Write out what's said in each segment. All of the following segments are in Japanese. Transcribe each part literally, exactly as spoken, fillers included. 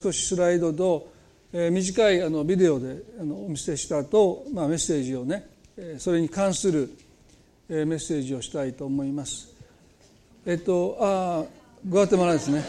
少しスライドと、えー、短いあのビデオであのお見せした後、まあ、メッセージをね、えー、それに関する、えー、メッセージをしたいと思います。えっとあグアテマラですね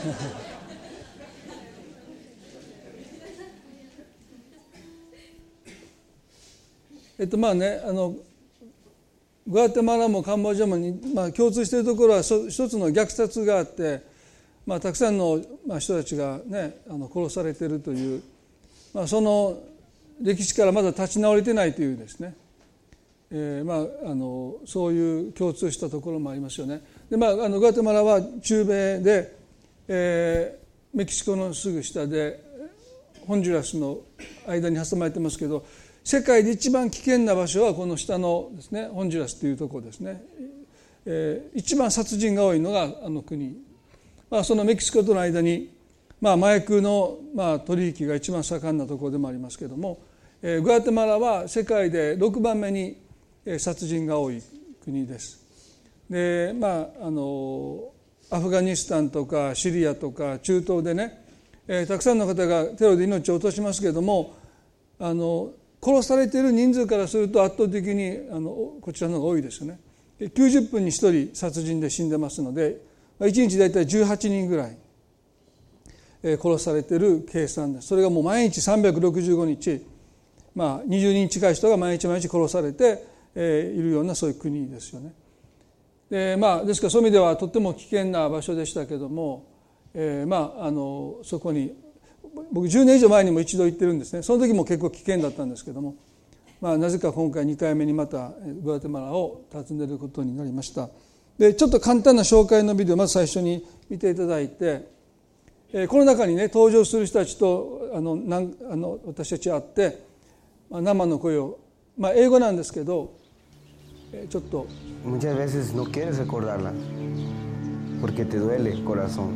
えっとまあねあのグアテマラもカンボジアもに、まあ、共通しているところは一つの虐殺があって、まあ、たくさんの人たちが、ね、あの殺されているという、まあ、その歴史からまだ立ち直れてないというですね、えーまあ、あのそういう共通したところもありますよね。で、まあ、あのグアテマラは中米で、えー、メキシコのすぐ下でホンジュラスの間に挟まれてますけど、世界で一番危険な場所はこの下のですねホンジュラスというところですね、えー、一番殺人が多いのがあの国、まあ、そのメキシコとの間に、まあ、麻薬の、まあ、取引が一番盛んなところでもありますけれども、えー、グアテマラは世界でろくばんめに、えー、殺人が多い国です。で、まあ、あのアフガニスタンとかシリアとか中東でね、えー、たくさんの方がテロで命を落としますけれども、あの殺されている人数からすると圧倒的にあのこちらの方が多いですよね。きゅうじゅっぷんにひとり殺人で死んでますので、いちにちだいたいじゅうはちにんぐらい殺されている計算です。それがもう毎日さんびゃくろくじゅうごにち、まあ、にじゅうにん近い人が毎日毎日殺されているようなそういう国ですよね。で、まあ、ですからそういう意味ではとっても危険な場所でしたけども、えーまあ、あのそこに僕じゅうねん以上前にも一度行ってるんですね。その時も結構危険だったんですけども、まあ、なぜか今回にかいめにまたグアテマラを訪ねることになりました。でちょっと簡単な紹介のビデオをまず最初に見ていただいて、えー、この中にね登場する人たちとあのなんあの私たち会って、まあ、生の声を、まあ、英語なんですけど、えー、ちょっと Muchas veces no quieres recordarla porque te duele el corazón.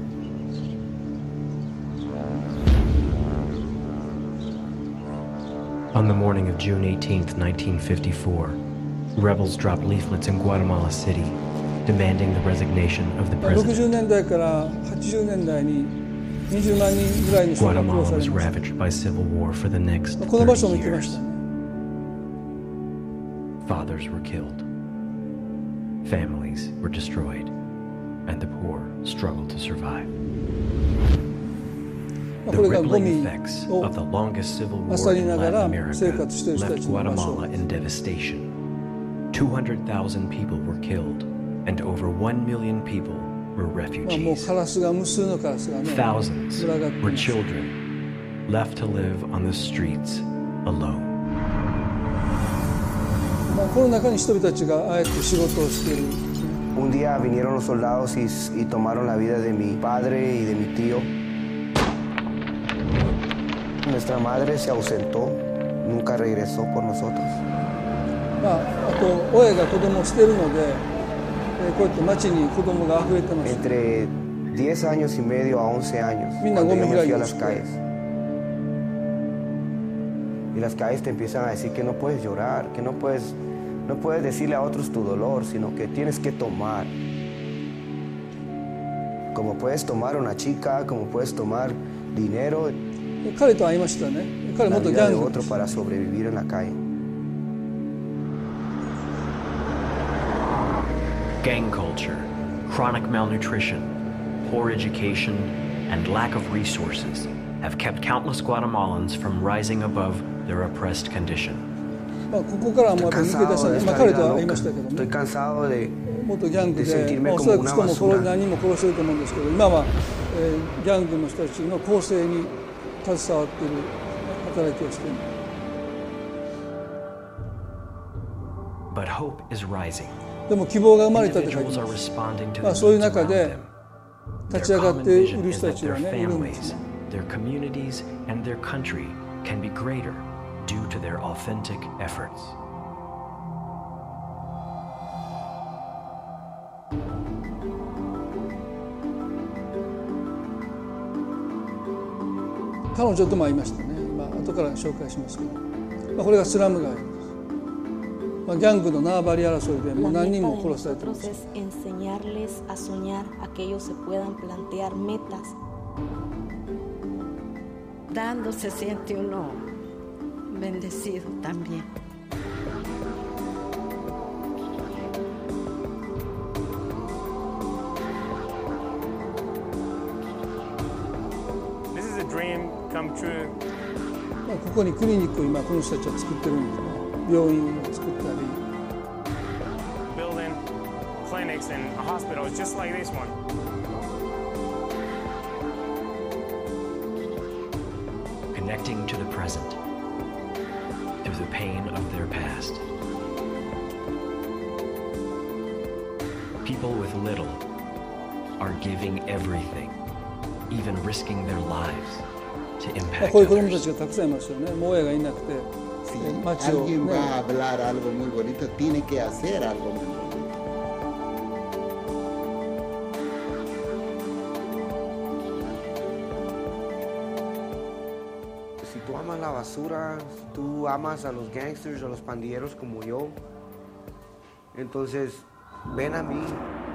On the morning of June eighteenth, nineteen fifty-four, rebels dropped leaflets in Guatemala City, demanding the resignation of the ろくじゅう president. 年代からはちじゅうねんだいににじゅうまんにんぐらいの人が殺 Guatemala され was ました。 ravaged by civil war for the next この場所も thirty 行きました years. ね。 Fathers were killed. Families were destroyed, and the poor struggled to survive. こ The れがゴ rippling ミ effects を of the longest civil 漁 war り in なが Latin ら America 生活している人た left ちの場所 Guatemala in devastation. two hundred thousand people were killed, and over one million people were まあ、もう refugees. カラスが無数のカラスがね Thousands 群がってい were ます。 children left to live on the streets alone. まあ、この中に人々たちがあえて仕事をしている。 Un día vinieron los soldados y, y tomaron la vida de mi padre y de mi tío. Nuestra madre se ausentó, nunca regresó por nosotros. まあ、あと親が子供を捨てるので、えーこうやって街に子供が溢れてます。 Entre diez años y medio a once años, Mira, cuando yo Gómez me fui a Gallo, las calles. Y las calles te empiezan a decir que no puedes llorar, que no puedes, no puedes decirle a otros tu dolor, sino que tienes que tomar. Como puedes tomar una chica, como puedes tomar dinero, 彼と会いましたね。彼 la 元ギ vida ャ de ングで otro す。 para sobrevivir en la calle. Gang culture, chronic malnutrition, poor education, and lack of resources have kept countless Guatemalans from rising above their oppressed condition. まあ、ここからはもうやっぱり抜け出さ Cansado ない、 de まあ、 esta 彼と vida は会いま loca. したけど Estoy ね、 cansado de, 元ギャング de で、 sentirme まあ、おそ como らく una 人も殺 basura. 何人も殺してると思うんですけど、今は、えー、ギャングの人たちの構成に携わっている働きをしている。 But hope is rising. でも希望が生まれたって書い Individuals て are ます。 responding to まあ、 the そういう needs 中 around で them. 立ち Their 上が common ってい vision る is 人た that ち their がねいるんです families, ね。 their communities, and their country can be greater due to their authentic efforts. 彼女とも会いましたね。まあ後から紹介しますけど、まあ、これがスラム街です。まあ、ギャングの縄張り争いでもう何人も殺されています。 enseñarles a soñar, a que ellos se puedan plantear metas. ayudando se siente uno bendecido también. This is a dream come true. ここにクリニックを今この人たちは作ってるんですね。病院を作ったり。 Building clinics and hospitals just like this one. Connecting to the present through the pain of their past. People with little are giving everything, even risking their lives to impact こういう子供た others. ちがたくさんいますよね。もう親がいなくて、 Si 街を、 alguien ね、 va a hablar algo muy bonito, tiene que hacer algo muy bonito. Si tú amas la basura, si tú amas a los gangsters o los pandilleros como yo, entonces ven a mí.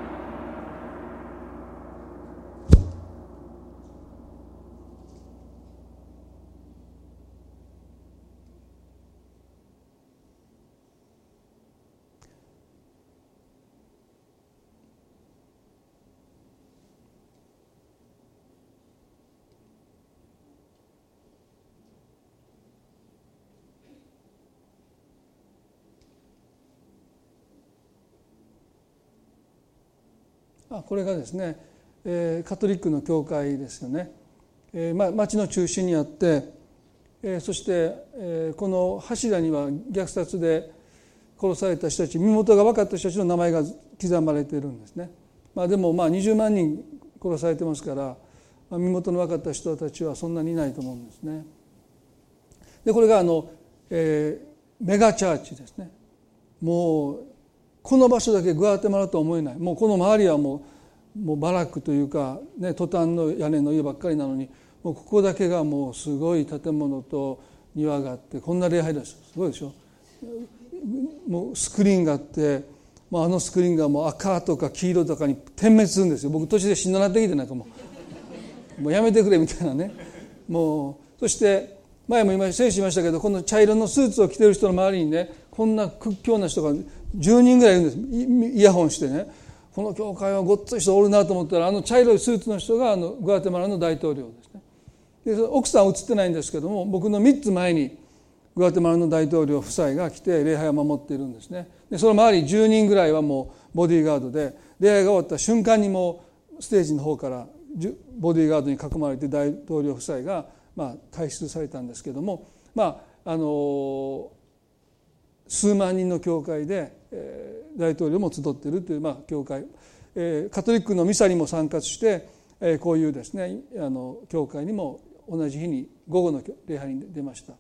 あこれがですね、えー、カトリックの教会ですよね。えーま、町の中心にあって、えー、そして、えー、この柱には虐殺で殺された人たち、身元が分かった人たちの名前が刻まれているんですね。まあ、でもまあにじゅうまんにん殺されてますから、まあ、身元の分かった人たちはそんなにいないと思うんですね。でこれがあの、えー、メガチャーチですね。もうこの場所だけグアテマラとは思えない。もうこの周りはもう、もうバラックというか、ね、トタンの屋根の家ばっかりなのに、もうここだけがもうすごい建物と庭があって、こんな礼拝です。すごいでしょ。もうスクリーンがあって、もうあのスクリーンがもう赤とか黄色とかに点滅するんですよ。僕途中でしんどなってきてなんかもうもうやめてくれみたいなね。もうそして前も今聖書しましたけど、この茶色のスーツを着てる人の周りにね、こんな屈強な人がじゅうにんぐらいいるんです。イヤホンしてね、この教会はごっつい人おるなと思ったら、あの茶色いスーツの人があのグアテマラの大統領ですね。で奥さんは映ってないんですけども、僕のみっつまえにグアテマラの大統領夫妻が来て礼拝を守っているんですね。でその周りじゅうにんぐらいはもうボディーガードで、礼拝が終わった瞬間にもうステージの方からボディーガードに囲まれて大統領夫妻がまあ退出されたんですけども、まああの数万人の教会で、えー、大統領も集っているという、まあ、教会、えー、カトリックのミサにも参加して、えー、こういうですねあの教会にも同じ日に午後の礼拝に出ました。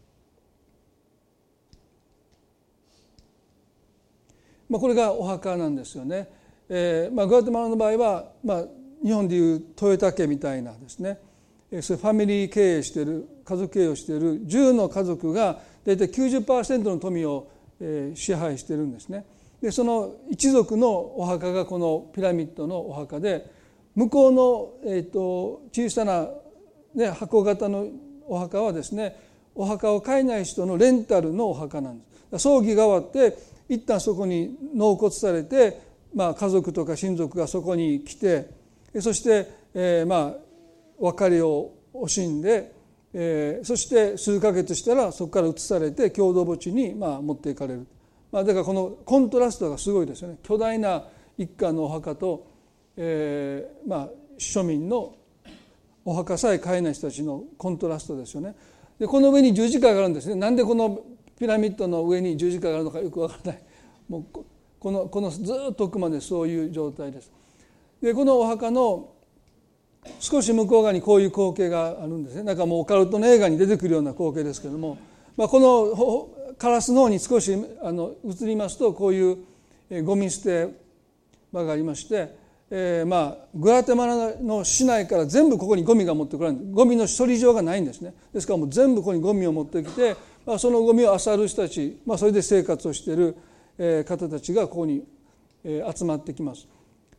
まあ、これがお墓なんですよね。えーまあ、グアテマラの場合は、まあ、日本でいう豊田家みたいなですね、そういうファミリー経営している、家族経営をしているじゅうの家族が大体 きゅうじゅっパーセント の富を支配しているんですね。でその一族のお墓がこのピラミッドのお墓で、向こうの、えー、と小さな、ね、箱型のお墓はですね、お墓を買えない人のレンタルのお墓なんです。葬儀が終わって一旦そこに納骨されて、まあ、家族とか親族がそこに来て、そして、えー、まあ別れを惜しんで、えー、そして数ヶ月したらそこから移されて共同墓地にまあ持っていかれる、まあ、だからこのコントラストがすごいですよね。巨大な一家のお墓と、えー、まあ庶民のお墓さえ買えない人たちのコントラストですよね。でこの上に十字架があるんですね。なんでこのピラミッドの上に十字架があるのかよくわからない。もうこのこのずっと奥までそういう状態です。でこのお墓の少し向こう側にこういう光景があるんですね。なんかもうオカルトの映画に出てくるような光景ですけども、まあ、このカラスの方に少しあの移りますと、こういうゴミ捨て場がありまして、えー、まあグアテマラの市内から全部ここにゴミが持ってこられる。ゴミの処理場がないんですね。ですからもう全部ここにゴミを持ってきて、まあ、そのゴミを漁る人たち、まあ、それで生活をしている方たちがここに集まってきます。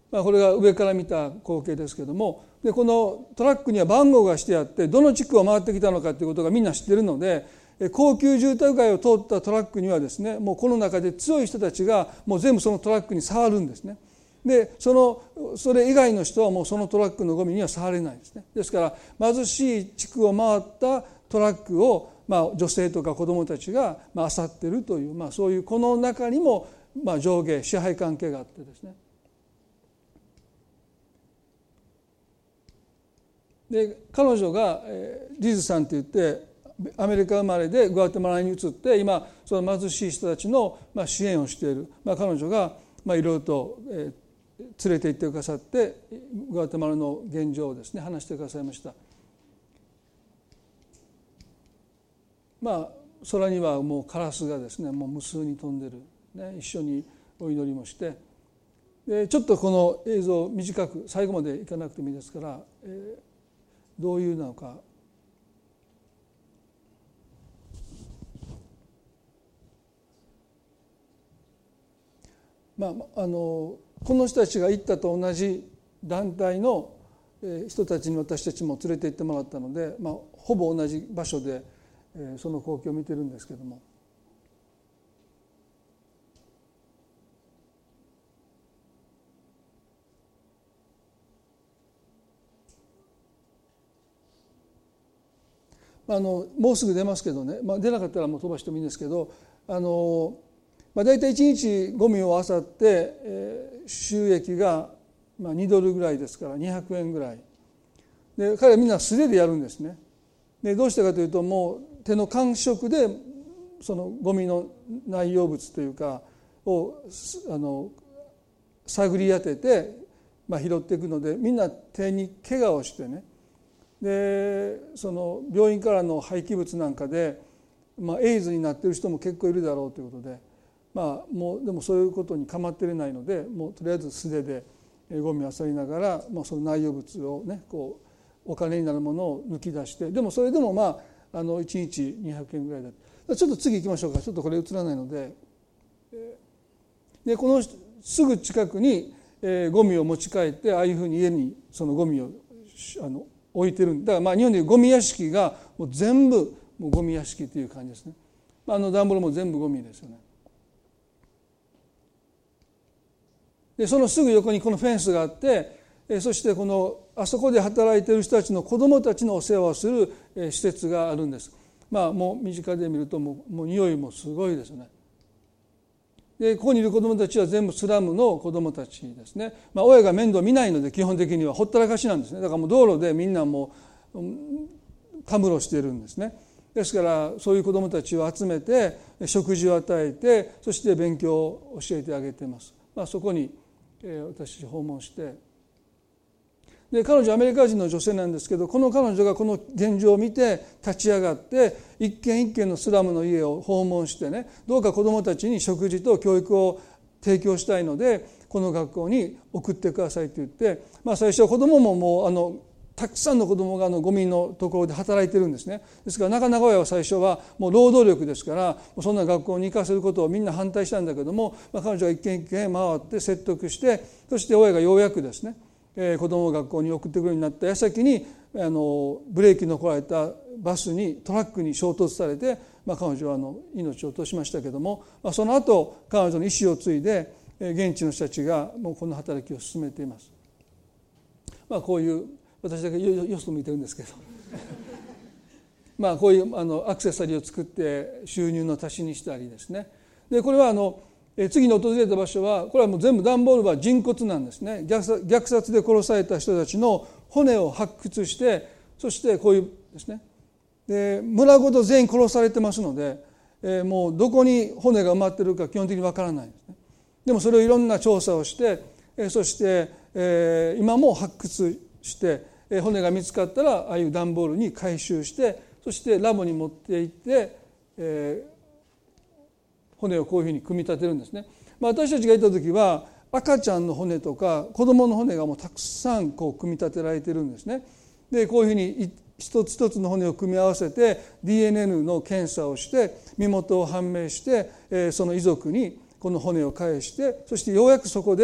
まあ、これが上から見た光景ですけども、でこのトラックには番号がしてあって、どの地区を回ってきたのかということがみんな知っているので、高級住宅街を通ったトラックにはですね、もうこの中で強い人たちがもう全部そのトラックに触るんですね。でそのそれ以外の人はもうそのトラックのゴミには触れないですね。ですから貧しい地区を回ったトラックを、まあ、女性とか子どもたちがまあ漁っているという、まあ、そういうこの中にもまあ上下支配関係があってですね。で彼女がリズさんといってアメリカ生まれでグアテマラに移って、今その貧しい人たちのまあ支援をしている、まあ、彼女がまあいろいろと連れて行ってくださって、グアテマラの現状をですね話してくださいました。まあ空にはもうカラスがですねもう無数に飛んでる、ね、一緒にお祈りもして、でちょっとこの映像を短く最後までいかなくてもいいですから、えーどういうなのか、まあ、あのこの人たちが行ったと同じ団体の人たちに私たちも連れて行ってもらったので、まあ、ほぼ同じ場所でその光景を見てるんですけども、あのもうすぐ出ますけどね、まあ、出なかったらもう飛ばしてもいいんですけど、あの、まあ、大体いちにちゴミを漁って、えー、収益がまあにドルぐらいですからにひゃくえんぐらいで、彼はみんな素手でやるんですね。でどうしてかというと、もう手の感触でそのゴミの内容物というかをあの探り当てて、まあ、拾っていくので、みんな手に怪我をしてね、でその病院からの廃棄物なんかで、まあ、エイズになっている人も結構いるだろうということで、まあ、もうでもそういうことに構っていれないので、もうとりあえず素手でゴミを漁りながら、まあ、その内容物をねこうお金になるものを抜き出して、でもそれでもまああのいちにちにひゃくえんぐらいだった。ちょっと次行きましょうか。ちょっとこれ映らないので、でこのすぐ近くに、えー、ゴミを持ち帰って、ああいうふうに家にそのゴミをあの置いてるんだから、まあ日本でいうゴミ屋敷がもう全部もうゴミ屋敷という感じですね。あの段ボールも全部ゴミですよね。でそのすぐ横にこのフェンスがあって、そしてこのあそこで働いている人たちの子どもたちのお世話をする施設があるんです。まあもう身近で見るともう、もう匂いもすごいですね。でここにいる子どもたちは全部スラムの子どもたちですね。まあ、親が面倒見ないので基本的にはほったらかしなんですね。だからもう道路でみんなもうたむろしているんですね。ですからそういう子どもたちを集めて食事を与えて、そして勉強を教えてあげています。まあ、そこに私訪問して、で彼女はアメリカ人の女性なんですけど、この彼女がこの現状を見て立ち上がって一軒一軒のスラムの家を訪問してね、どうか子どもたちに食事と教育を提供したいのでこの学校に送ってくださいと言って、まあ、最初は子どもももうあのたくさんの子どもがあのゴミのところで働いてるんですね。ですからなかなか親は最初はもう労働力ですから、そんな学校に行かせることをみんな反対したんだけども、まあ、彼女は一軒一軒回って説得して、そして親がようやくですね、えー、子どもを学校に送ってくるようになった矢先にあのブレーキのこられたバスにトラックに衝突されて、まあ、彼女はあの命を落としましたけども、まあ、その後彼女の意思を継いで現地の人たちがもうこの働きを進めています。まあ、こういう私だけよそ向いてるんですけどまあこういうあのアクセサリーを作って収入の足しにしたりですね。でこれはあの次に訪れた場所は、これはもう全部段ボールは人骨なんですね。虐殺で殺された人たちの骨を発掘して、そしてこういうですね、で村ごと全員殺されてますので、えー、もうどこに骨が埋まっているか基本的にわからないんですね。でもそれをいろんな調査をして、えー、そして、えー、今も発掘して、えー、骨が見つかったらああいう段ボールに回収して、そしてラボに持って行って、えー骨をこういうふうに組み立てるんですね。まあ、私たちがいた時は赤ちゃんの骨とか子供の骨がもうたくさんこう組み立てられているんですね。でこういうふうに一つ一つの骨を組み合わせて ディーエヌエヌ の検査をして身元を判明して、えー、その遺族にこの骨を返して、そしてようやくそこで、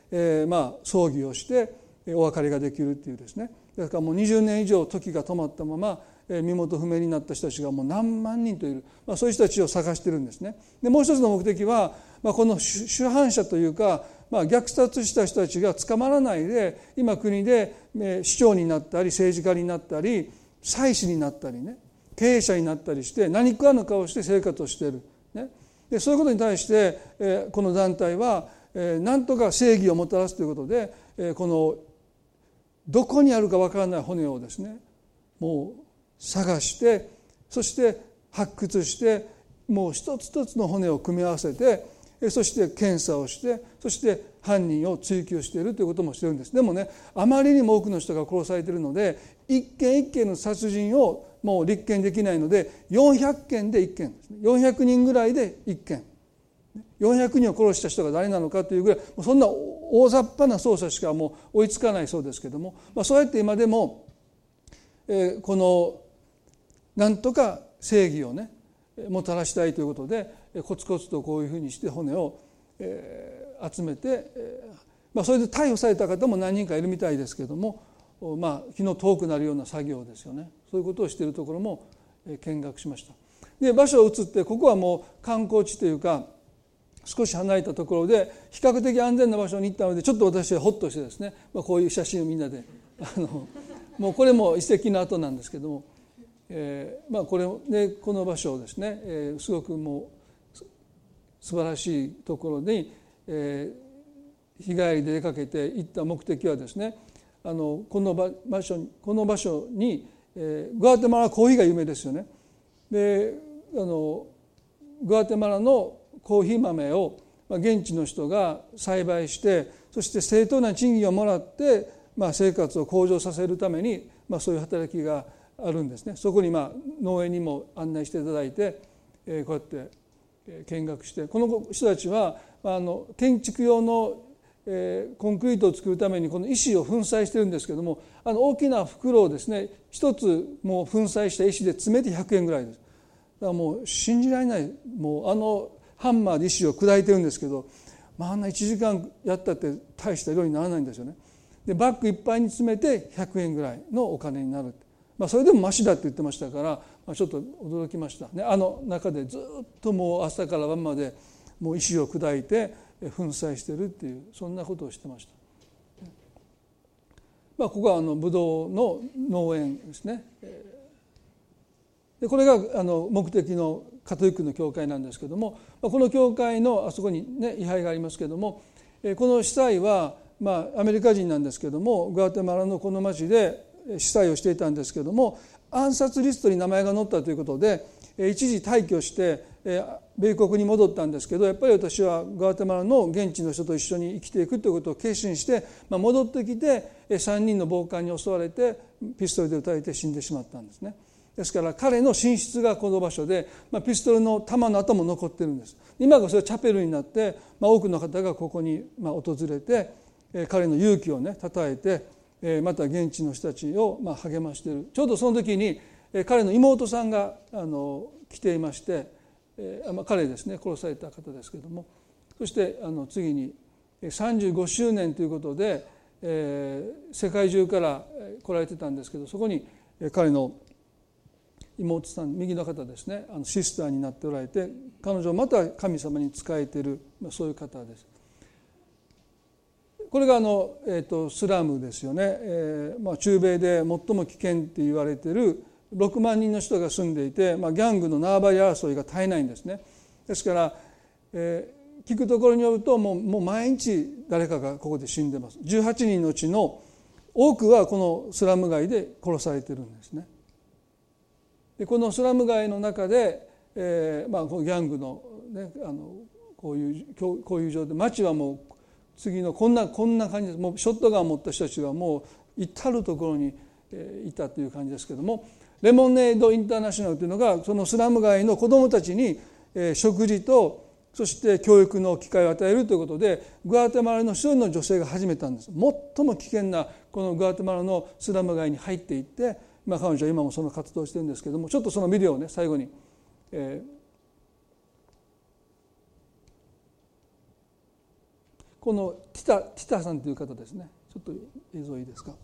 えー、まあ葬儀をしてお別れができるっていうですね、だからもうにじゅうねん以上時が止まったまま身元不明になった人たちがもう何万人といる、まあ、そういう人たちを探してるんですね。でもう一つの目的は、まあ、この主犯者というか、まあ、虐殺した人たちが捕まらないで今国で市長になったり政治家になったり祭司になったりね、経営者になったりして何かの顔をして生活をしている、ね、でそういうことに対して、えー、この団体は、えー、何とか正義をもたらすということで、えー、このどこにあるかわからない骨をですねもう探して、そして発掘して、もう一つ一つの骨を組み合わせて、そして検査をして、そして犯人を追及しているということもしているんです。でもね、あまりにも多くの人が殺されているので、一件一件の殺人をもう立件できないので、よんひゃっけんでいっけんですね、よんひゃくにんぐらいでいっけん、よんひゃくにんを殺した人が誰なのかというぐらい、そんな大雑把な捜査しかもう追いつかないそうですけども、まあ、そうやって今でも、えー、このなんとか正義をねもたらしたいということでコツコツとこういうふうにして骨を、えー、集めて、えーまあ、それで逮捕された方も何人かいるみたいですけども、まあ、気の遠くなるような作業ですよね。そういうことをしているところも、えー、見学しました。で場所を移って、ここはもう観光地というか少し離れたところで比較的安全な場所に行ったので、ちょっと私はホッとしてですね、まあ、こういう写真をみんなであのもうこれも遺跡の跡なんですけども、えーまあ、これでこの場所をですね、えー、すごくもう素晴らしいところに、えー、日帰りで出かけて行った目的はですね、あのこの場所にこの場所に、えー、グアテマラはコーヒーが有名ですよね。であのグアテマラのコーヒー豆を、まあ、現地の人が栽培して、そして正当な賃金をもらって、まあ、生活を向上させるために、まあ、そういう働きがあるんですね。そこにまあ農園にも案内していただいて、えー、こうやって見学して、この人たちはあの建築用の、えー、コンクリートを作るためにこの石を粉砕してるんですけども、あの大きな袋をですね一つもう粉砕した石で詰めてひゃくえんぐらいです。だからもう信じられない、もうあのハンマーで石を砕いてるんですけど、まあ、あんないちじかんやったって大した量にならないんですよね。でバッグいっぱいに詰めてひゃくえんぐらいのお金になる。まあ、それでもマシだって言ってましたから、まあ、ちょっと驚きましたね。あの中でずっともう朝から晩までもう石を砕いて粉砕してるっていう、そんなことをしてました。まあ、ここはあのブドウの農園ですね。でこれがあの目的のカトリックの教会なんですけども、この教会のあそこにね位牌がありますけども、この司祭はまあアメリカ人なんですけども、グアテマラのこの町で司祭をしていたんですけれども、暗殺リストに名前が載ったということで一時退去して米国に戻ったんですけど、やっぱり私はグアテマラの現地の人と一緒に生きていくということを決心して、戻ってきてさんにんの暴漢に襲われてピストルで撃たれて死んでしまったんですね。ですから彼の寝室がこの場所で、ピストルの弾の跡も残ってるんです。今がそれチャペルになって、多くの方がここに訪れて彼の勇気をねたたえて、また現地の人たちをまあ励ましている。ちょうどその時に彼の妹さんがあの来ていまして、彼ですね殺された方ですけれども、そしてあの次にさんじゅうごしゅうねんということで、えー、世界中から来られてたんですけど、そこに彼の妹さん、右の方ですね、あのシスターになっておられて、彼女また神様に仕えている、そういう方です。これがあの、えー、とスラムですよね。えーまあ、中米で最も危険って言われているろくまんにんの人が住んでいて、まあ、ギャングの縄張り争いが絶えないんですね。ですから、えー、聞くところによるともう、もう毎日誰かがここで死んでます。じゅうはちにんのうちの多くはこのスラム街で殺されているんですね。でこのスラム街の中で、えーまあ、このギャングの、ね、あのこういうこういう状態で、街はもう次のこんなこんな感じです。もうショットガンを持った人たちがもう至るところにいたという感じですけども、レモネードインターナショナルというのがそのスラム街の子どもたちに食事とそして教育の機会を与えるということで、グアテマラの一人の女性が始めたんです。最も危険なこのグアテマラのスラム街に入っていって、まあ、彼女は今もその活動をしているんですけども、ちょっとそのビデオをね最後に、えーこのティタ、ティタさんという方ですね。ちょっと映像いいですか。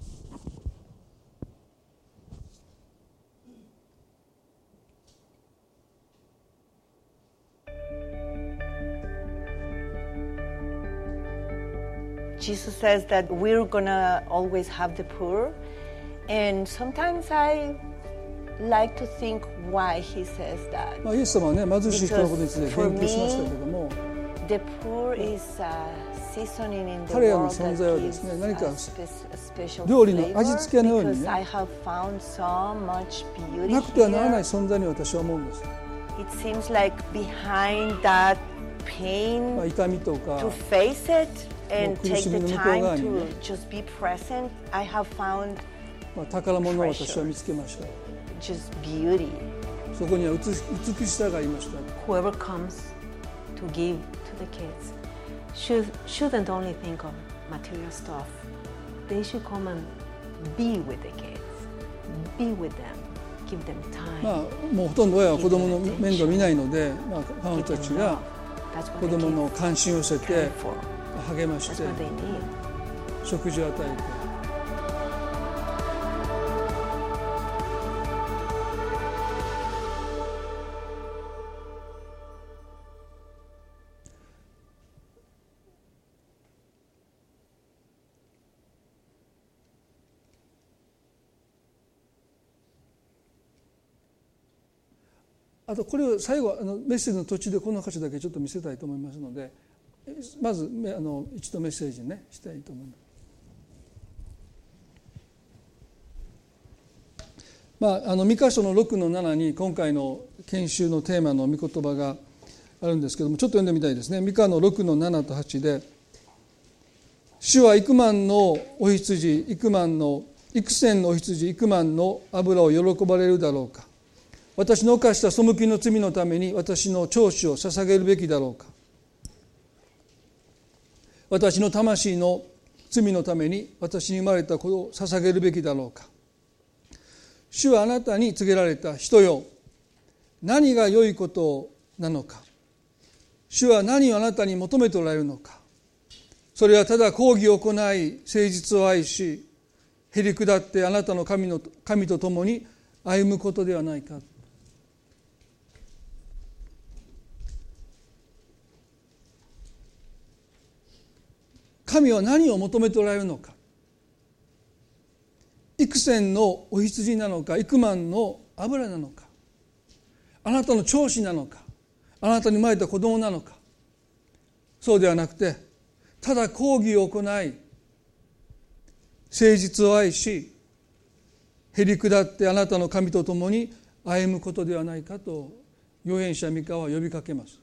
Jesus says that we're gonna always have the poor, and sometimes I like to think why he says that. まあイエス様はね、貧しい人のことについて言及しましたけども、 The poor is a seasoning in the 彼らの world 存 that 在はです gives ね、何か a spe- a special 料理の味付けのように flavor ね、 because I have found so much beauty なくてはならない here. 存在に私は思うんです。 It seems like behind that pain まあ痛みとか to face it and もう苦 take しみ the の向こう側 time にね、 to just be present, I have found まあ宝物を私は見つけました。 just beauty. そこには美しさがありました。 Whoever comes to give to the kids should, shouldn't only think of material stuff. They should come and be with the kids, be with them, give them time. まあもうほとんど親は子供の面倒見ないので、まあ彼女たちが子供の関心を寄せて励まして食事を与えて。あとこれを最後あのメッセージの途中でこの箇所だけちょっと見せたいと思いますので、まずあの一度メッセージねしたいと思います。まあ、あのミカ書のろくのななに今回の研修のテーマの御言葉があるんですけども、ちょっと読んでみたいですね。ミカのろくのななとはちで、主は幾万のお羊、幾万の幾千のお羊、幾万の油を喜ばれるだろうか。私の犯した背きの罪のために私の長子を捧げるべきだろうか。私の魂の罪のために私に生まれた子を捧げるべきだろうか。主はあなたに告げられた。人よ、何が良いことなのか。主は何をあなたに求めておられるのか。それはただ公義を行い、誠実を愛し、へり下ってあなたの神の神と共に歩むことではないか。神は何を求めておられるのか。幾千のお羊なのか、幾万の油なのか、あなたの長子なのか、あなたに生まれた子供なのか。そうではなくて、ただ公義を行い、誠実を愛し、へり下ってあなたの神と共に歩むことではないかと預言者ミカは呼びかけます。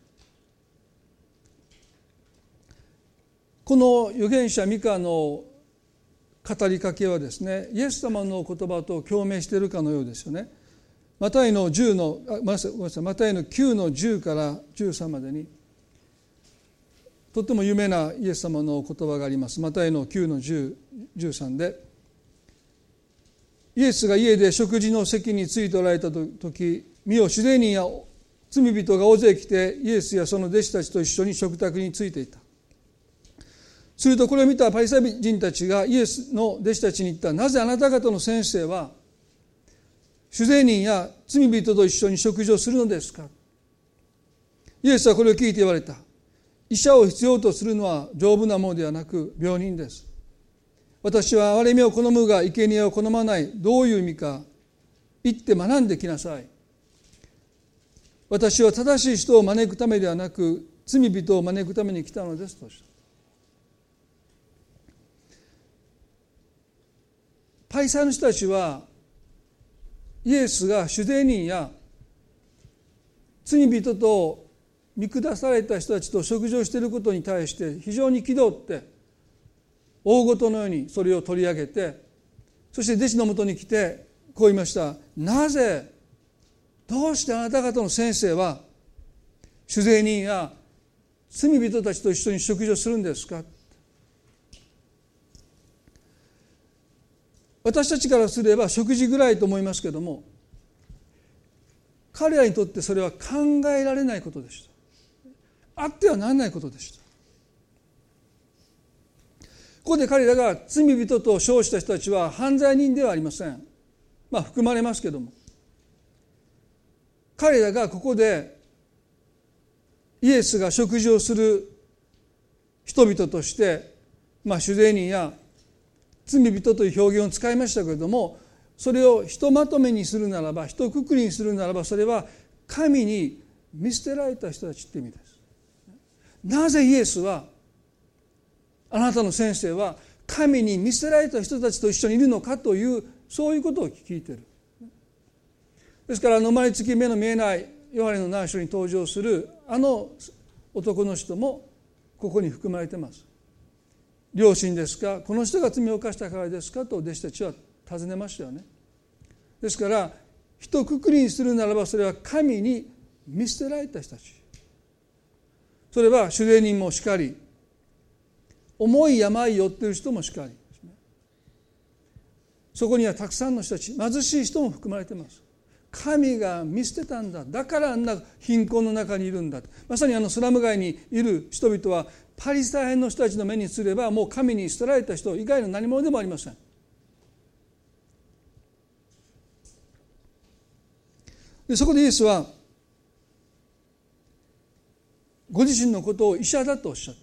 この預言者ミカの語りかけはですね、イエス様の言葉と共鳴しているかのようですよね。マタイのじゅうのあごめんなさいごめんなさいマタイのきゅうのじゅうからじゅうさんまでにとっても有名なイエス様の言葉があります。マタイのきゅうのじゅう、じゅうさんで、イエスが家で食事の席についておられた時、見よ主税人や罪人が大勢来てイエスやその弟子たちと一緒に食卓についていた。するとこれを見たパリサイ人たちがイエスの弟子たちに言った。なぜあなた方の先生は主税人や罪人と一緒に食事をするのですか。イエスはこれを聞いて言われた。医者を必要とするのは丈夫なものではなく病人です。私は憐れみを好むが生贄を好まない。どういう意味か言って学んできなさい。私は正しい人を招くためではなく罪人を招くために来たのですとした。パリサイの人たちはイエスが主税人や罪人と見下された人たちと食事をしていることに対して非常に憤って大事のようにそれを取り上げて、そして弟子のもとに来てこう言いました。なぜどうしてあなた方の先生は主税人や罪人たちと一緒に食事をするんですか。私たちからすれば食事ぐらいと思いますけども、彼らにとってそれは考えられないことでした。あってはならないことでした。 ここで彼らが罪人と称した人たちは犯罪人ではありません。まあ含まれますけども、彼らがここでイエスが食事をする人々として、まあ、主税人や罪人という表現を使いましたけれども、それをひとまとめにするならば、ひとくくりにするならば、それは神に見捨てられた人たちって意味です。なぜイエスは、あなたの先生は神に見捨てられた人たちと一緒にいるのかという、そういうことを聞いている。ですから、生まれつき目の見えないヨハネの内書に登場するあの男の人もここに含まれています。両親ですか、この人が罪を犯したからですかと弟子たちは尋ねましたよね。ですから一括りにするならば、それは神に見捨てられた人たち、それは主税人もしかり、重い病に負っている人もしかりですね。そこにはたくさんの人たち、貧しい人も含まれています。神が見捨てたんだ、だからあんな貧困の中にいるんだ。まさにあのスラム街にいる人々はパリサイ人の人たちの目にすれば、もう神に捨てられた人以外の何者でもありません。でそこでイエスはご自身のことを医者だとおっしゃった。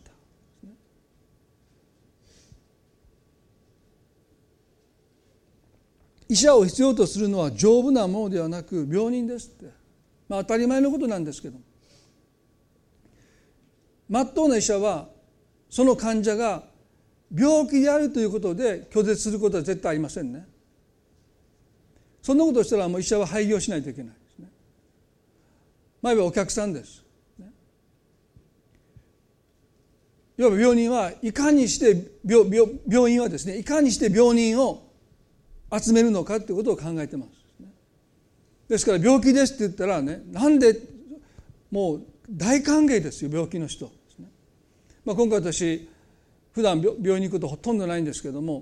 医者を必要とするのは丈夫なものではなく病人ですって、まあ、当たり前のことなんですけど、まっとうな医者はその患者が病気であるということで拒絶することは絶対ありませんね。そんなことをしたらもう医者は廃業しないといけないですね。前はお客さんです。いわば病人はいかにして 病, 病, 病院はですねいかにして病人を集めるのかということを考えてます。ですから病気ですって言ったらね、なんでもう大歓迎ですよ、病気の人ですね。まあ、今回私普段病院に行くことほとんどないんですけども、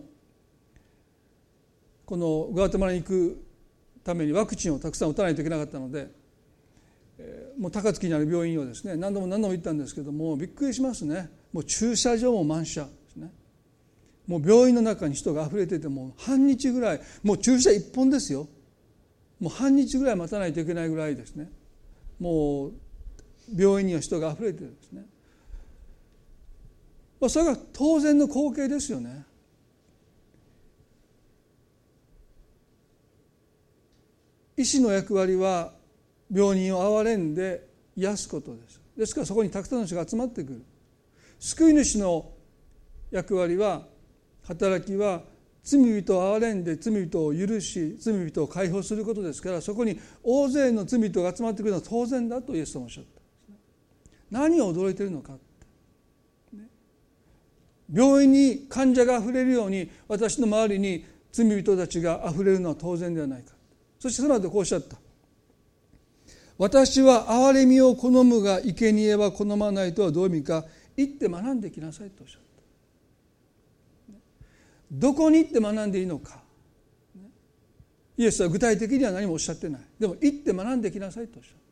このグアテマラに行くためにワクチンをたくさん打たないといけなかったので、えー、もう高槻にある病院をですね何度も何度も行ったんですけども、びっくりしますね。もう駐車場も満車ですね。もう病院の中に人があふれてて、もう半日ぐらい、もう注射一本ですよ、もう半日ぐらい待たないといけないぐらいですね。もう病院には人があふれてるんですね。それが当然の光景ですよね。医師の役割は病人を憐れんで癒すことです。ですからそこにたくさんの人が集まってくる。救い主の役割は、働きは罪人を憐れんで罪人を許し罪人を解放することですから、そこに大勢の罪人が集まってくるのは当然だとイエスはおっしゃった。何を驚いているのか、病院に患者があふれるように私の周りに罪人たちがあふれるのは当然ではないか。そしてその後こうおっしゃった。私は憐れみを好むが生贄は好まないとはどういう意味か、行って学んできなさいとおっしゃった。どこに行って学んでいいのか、イエスは具体的には何もおっしゃってない。でも行って学んできなさいとおっしゃった。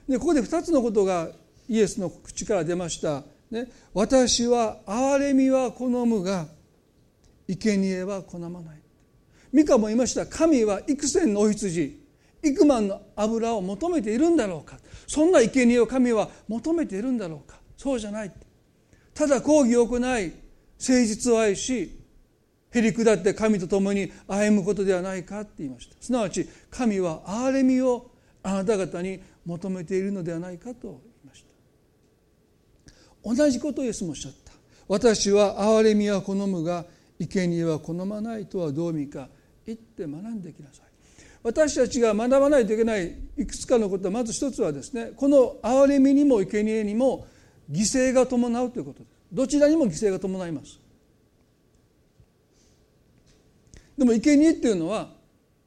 でここでふたつのことがイエスの口から出ました、ね、私は憐れみは好むが生贄は好まない。ミカも言いました。神は幾千のお羊幾万の油を求めているんだろうか。そんな生贄を神は求めているんだろうか。そうじゃない。ただ公義を行い誠実を愛しへり下って神と共に歩むことではないかって言いました。すなわち神は憐れみをあなた方に求めているのではないかと言いました。同じことをイエスもおっしゃった。私は憐れみは好むが生贄は好まないとはどういう意味か、行って学んできなさい。私たちが学ばないといけないいくつかのことは、まず一つはですね、この憐れみにも生贄にも犠牲が伴うということです。どちらにも犠牲が伴います。でも生贄っていうのは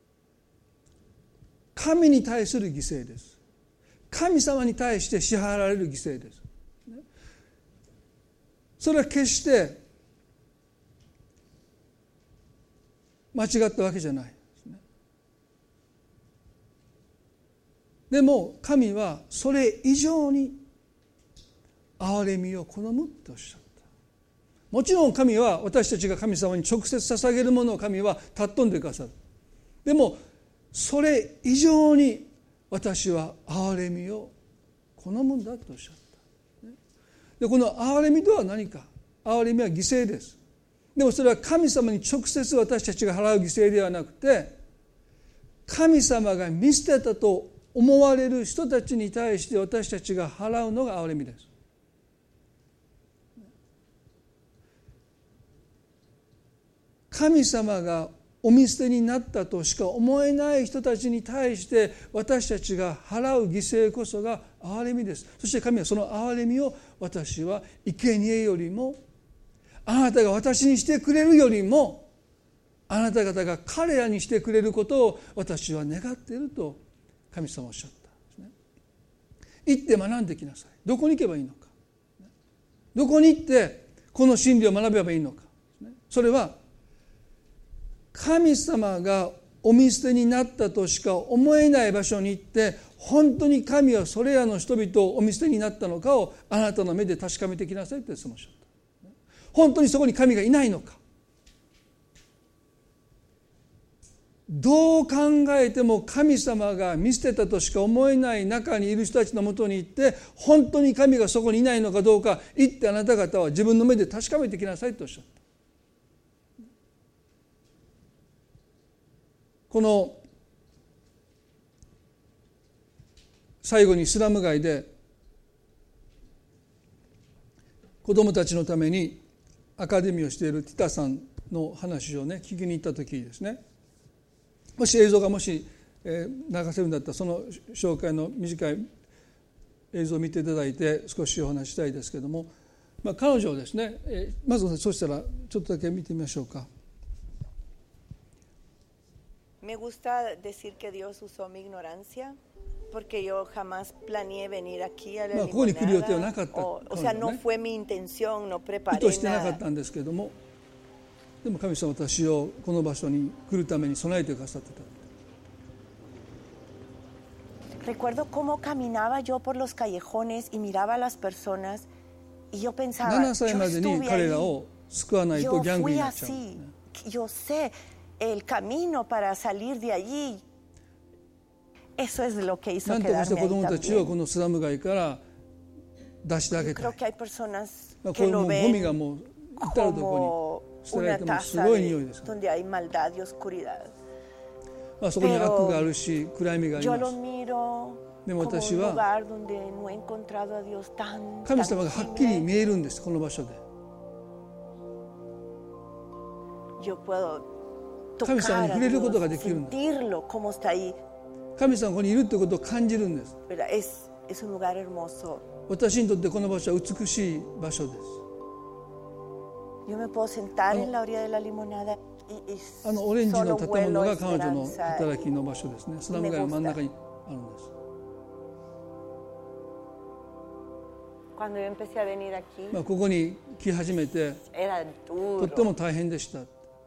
神に対する犠牲です。神様に対して支払われる犠牲です。それは決して間違ったわけじゃないですね。でも神はそれ以上に憐れみを好むっておっしゃった。 もちろん神は私たちが神様に直接捧げるものを神は尊んでくださる。でもそれ以上に私は憐れみを好むんだとおっしゃった。でこの憐れみとは何か。憐れみは犠牲です。でもそれは神様に直接私たちが払う犠牲ではなくて、神様が見捨てたと思われる人たちに対して私たちが払うのが憐れみです。神様がお見捨てになったとしか思えない人たちに対して私たちが払う犠牲こそが憐れみです。そして神はその憐れみを私は生贄よりも、あなたが私にしてくれるよりもあなた方が彼らにしてくれることを私は願っていると神様はおっしゃったんですね。行って学んできなさい。どこに行けばいいのか、どこに行ってこの真理を学べばいいのか。それは神様がお見捨てになったとしか思えない場所に行って、本当に神はそれらの人々をお見捨てになったのかをあなたの目で確かめてきなさいとおっしゃった。本当にそこに神がいないのか、どう考えても神様が見捨てたとしか思えない中にいる人たちのもとに行って、本当に神がそこにいないのかどうか、行ってあなた方は自分の目で確かめてきなさいとおっしゃった。この最後にスラム街で子どもたちのためにアカデミーをしているティタさんの話をね聞きに行った時ですね、もし映像がもし、えー、流せるんだったらその紹介の短い映像を見ていただいて少しお話したいですけども、まあ、彼女をですね、えー、まずそうしたらちょっとだけ見てみましょうか。 Me gusta decir que Dios usó mi ignorancia porque yo jamás planeé venir aquí a la limonada. O, o sea, no fue mi intención, no preparé nada. 意図してなかったんですけども、でも神様は私をこの場所に来るために備えてくださってた。Recuerdo cómo caminaba yo por los callejones y miraba a las personas y yo pensaba, ななさいまでに彼らを救わないとギャングになっちゃう。 Yo sé el camino para salir de allí. Eso es lo que hizo なんとかして quedarme 子供 ahí たちを también. このスラム街から出してあげたい。 Creo que hay personas こ que れも lo うゴミが ven もう至るところ como に捨てられ una てもす taza ごい匂い de, です。 donde hay maldad y oscuridad. まあそこに悪があるし暗闇があり Yo ま lo す。 miro でも como 私 un は lugar donde no he encontrado a Dios tan 神様がはっきり tangible. 見えるんです。この場所で Yo puedo 神様 tocar に a 触れることが Dios, できるんです。 sentirlo como está ahí. 神様がここにいるということを感じるんです。 ¿Verdad? Es, es un lugar hermoso. 私にとってこの場所は美しい場所です。 Yo me puedo sentar en la orilla de la limonada y, y あのオレンジの solo 建物 vuelo が彼女の esperanza. 働きの場所ですね。スラム街の真ん中にあるんです。 Cuando yo empecé a venir aquí, まあここに来始めて era とって duro. も大変でした。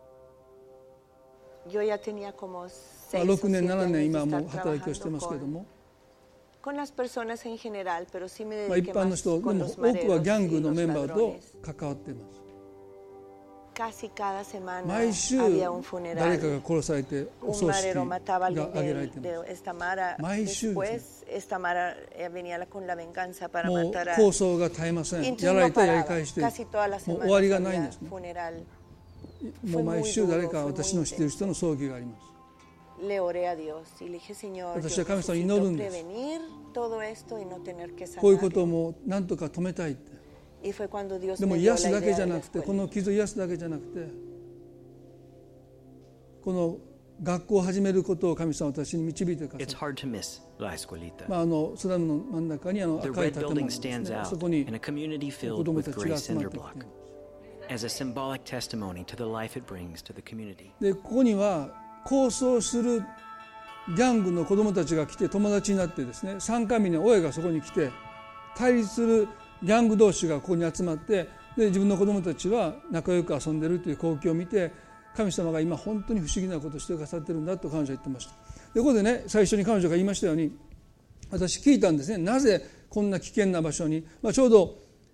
Yo ya tenía como まあ seis ろ o くねん siete ななねん años 今 de も estar 働きをしてますけれど trabajando も、 con, con las personas en general, pero sí me まあ一 dediqué 般の más 人で con も los 多くは mareros ギャン y グの los メンバーと ladrones. 関わっています。 Casi cada semana 毎週 había un 誰かが funeral. 殺されてお Un 葬式 marero mataba a が alguien 挙げられ de, ています。 de esta mara. Maishu, Después, esta mara eh, venía con la venganza para もう matar a... 抗争が絶えませ Y ん。 entonces やられ no たらやり paraba. 返して Casi todas las もう semanas 終わりがないんで había すね。 funeral. もう毎週誰か私の知っている人の葬儀があります。 Le oré a Dios y le dije, Señor, yo 私は神様に祈るんです。 necesito prevenir todo esto y no tener que こういうこと sanar. も何とか止めたいって。 Y fue cuando Dios でも me 癒 dio す la だけ idea じゃ de la なくて、 escuela. この傷を癒すだけじゃなくて、この学校を始めることを神様は私に導いてくだ It's さい。 hard to miss La Escuelita. まあ、あのスラムの真ん中にあの The 赤い red 建物 building です stands ね。 out そこに in a community 子 filled 供 with たちが Grace 集まってきて Cinderblock as a symbolic testimony to the life it brings to the community. でここには抗争するギャングの子供たちが来て友達になってですね、参加日に親がそこに来て対立するギャング同士がここに集まって、で自分の子供たちは仲良く遊んでるという光景を見て、神様が今本当に不思議なことをしてくださってるんだと彼女は言ってました。でここでね、最初に彼女が言いましたように、私聞いたんですね。なぜこんな危険な場所に、まあ、ちょうど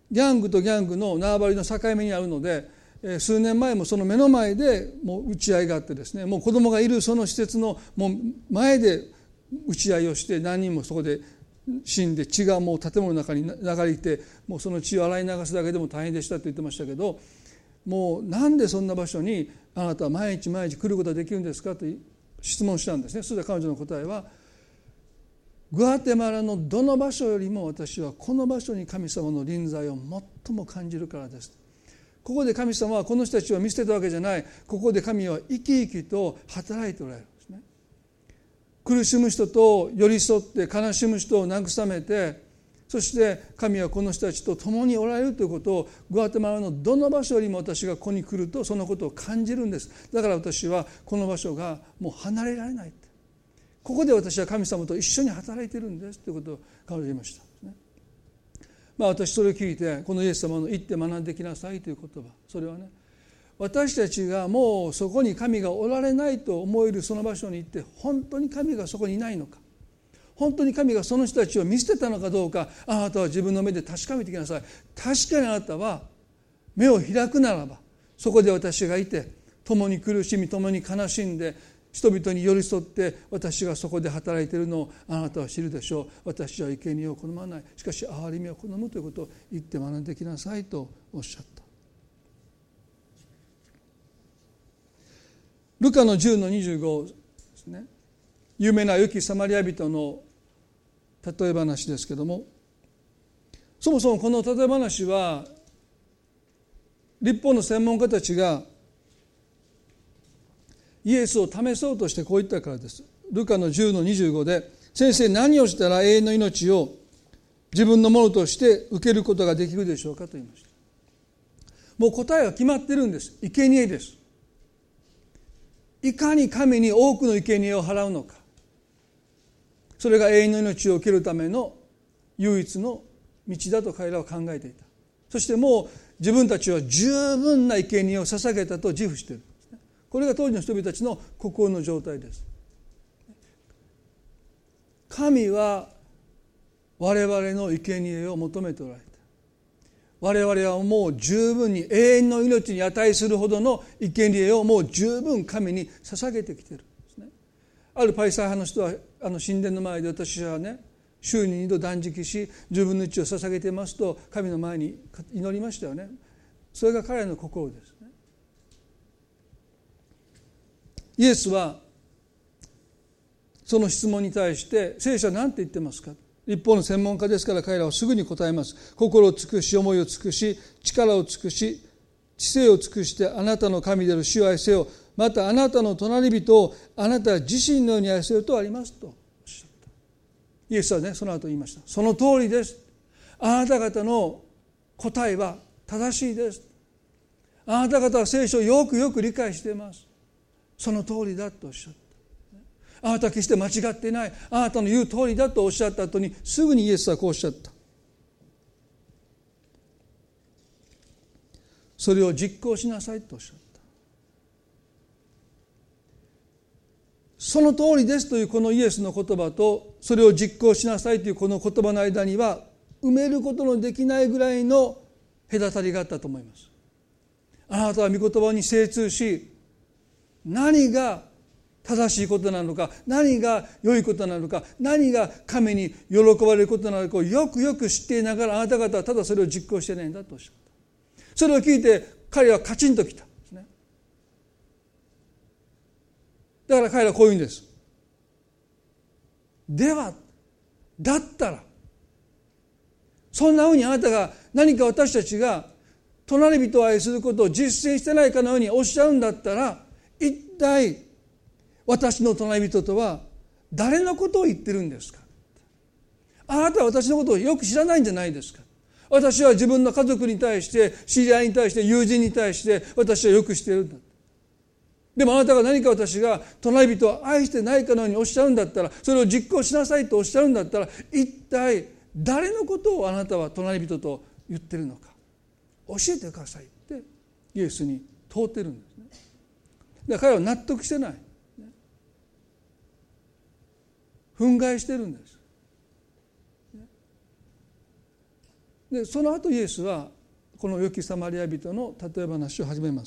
ギャングとギャングの縄張りの境目にあるので、数年前もその目の前でもう撃ち合いがあってですね、もう子供がいるその施設のもう前で撃ち合いをして、何人もそこで死んで、血がもう建物の中に流れて、もうその血を洗い流すだけでも大変でしたって言ってましたけど、もうなんでそんな場所にあなたは毎日毎日来ることができるんですかと質問したんですね。そしたら彼女の答えは、グアテマラのどの場所よりも私はこの場所に神様の臨在を最も感じるからです。ここで神様はこの人たちを見捨てたわけじゃない。ここで神は生き生きと働いておられるんですね。苦しむ人と寄り添って悲しむ人を慰めて、そして神はこの人たちと共におられるということを、グアテマラのどの場所よりも私がここに来るとそのことを感じるんです。だから私はこの場所がもう離れられない。ここで私は神様と一緒に働いているんですということを彼女は言いました。まあ、私それを聞いて、このイエス様の言って学んできなさいという言葉、それはね、私たちがもうそこに神がおられないと思えるその場所に行って、本当に神がそこにいないのか、本当に神がその人たちを見捨てたのかどうか、あなたは自分の目で確かめてきなさい。確かにあなたは目を開くならば、そこで私がいて、共に苦しみ共に悲しんで人々に寄り添って私がそこで働いているのをあなたは知るでしょう。私は生贄を好まない、しかし憐れみを好むということを言って学んできなさいとおっしゃった。ルカのじゅうのにじゅうごですね、有名な良きサマリア人の例え話ですけども、そもそもこの例え話は律法の専門家たちがイエスを試そうとしてこう言ったからです。ルカのじゅうのにじゅうごで、先生何をしたら永遠の命を自分のものとして受けることができるでしょうかと言いました。もう答えは決まってるんです。生贄です。いかに神に多くの生贄を払うのか、それが永遠の命を受けるための唯一の道だと彼らは考えていた。そしてもう自分たちは十分な生贄を捧げたと自負している。これが当時の人々たちの心の状態です。神は我々の生贄を求めておられた。我々はもう十分に永遠の命に値するほどの生贄をもう十分神に捧げてきているんですね。あるパリサイ派の人はあの神殿の前で、私はね週ににど断食しじゅうぶんのいちを捧げていますと神の前に祈りましたよね。それが彼らの心です。イエスはその質問に対して聖書は何て言ってますか。一方の専門家ですから彼らはすぐに答えます。心を尽くし思いを尽くし力を尽くし知性を尽くしてあなたの神である主を愛せよ、またあなたの隣人をあなた自身のように愛せよとありますとおっしゃった。イエスはねその後言いました。その通りです。あなた方の答えは正しいです。あなた方は聖書をよくよく理解しています。その通りだとおっしゃった。あなたは決して間違っていない。あなたの言う通りだとおっしゃった後にすぐにイエスはこうおっしゃった。それを実行しなさいとおっしゃった。その通りですというこのイエスの言葉と、それを実行しなさいというこの言葉の間には埋めることのできないぐらいの隔たりがあったと思います。あなたは御言葉に精通し、何が正しいことなのか、何が良いことなのか、何が神に喜ばれることなのかをよくよく知っていながら、あなた方はただそれを実行していないんだとおっしゃった。それを聞いて彼はカチンときたんですね。だから彼はこう言うんです。ではだったら、そんなふうにあなたが何か私たちが隣人を愛することを実践してないかのようにおっしゃるんだったら、一体私の隣人とは誰のことを言ってるんですか。あなたは私のことをよく知らないんじゃないですか。私は自分の家族に対して、知り合いに対して、友人に対して私はよくしているんだ。でもあなたが何か私が隣人を愛してないかのようにおっしゃるんだったら、それを実行しなさいとおっしゃるんだったら、一体誰のことをあなたは隣人と言ってるのか教えてくださいってイエスに問うてるんですね。だから彼は納得してない、憤慨してるんです。 でその後イエスはこの良きサマリア人の例え話を始めます。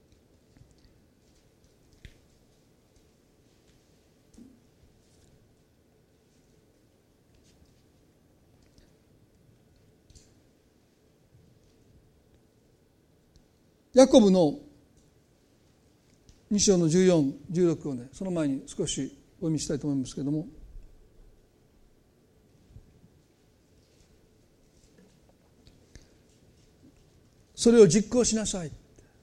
ヤコブのに章のじゅうよん、じゅうろくをね、その前に少しお読みしたいと思いますけれども、それを実行しなさい。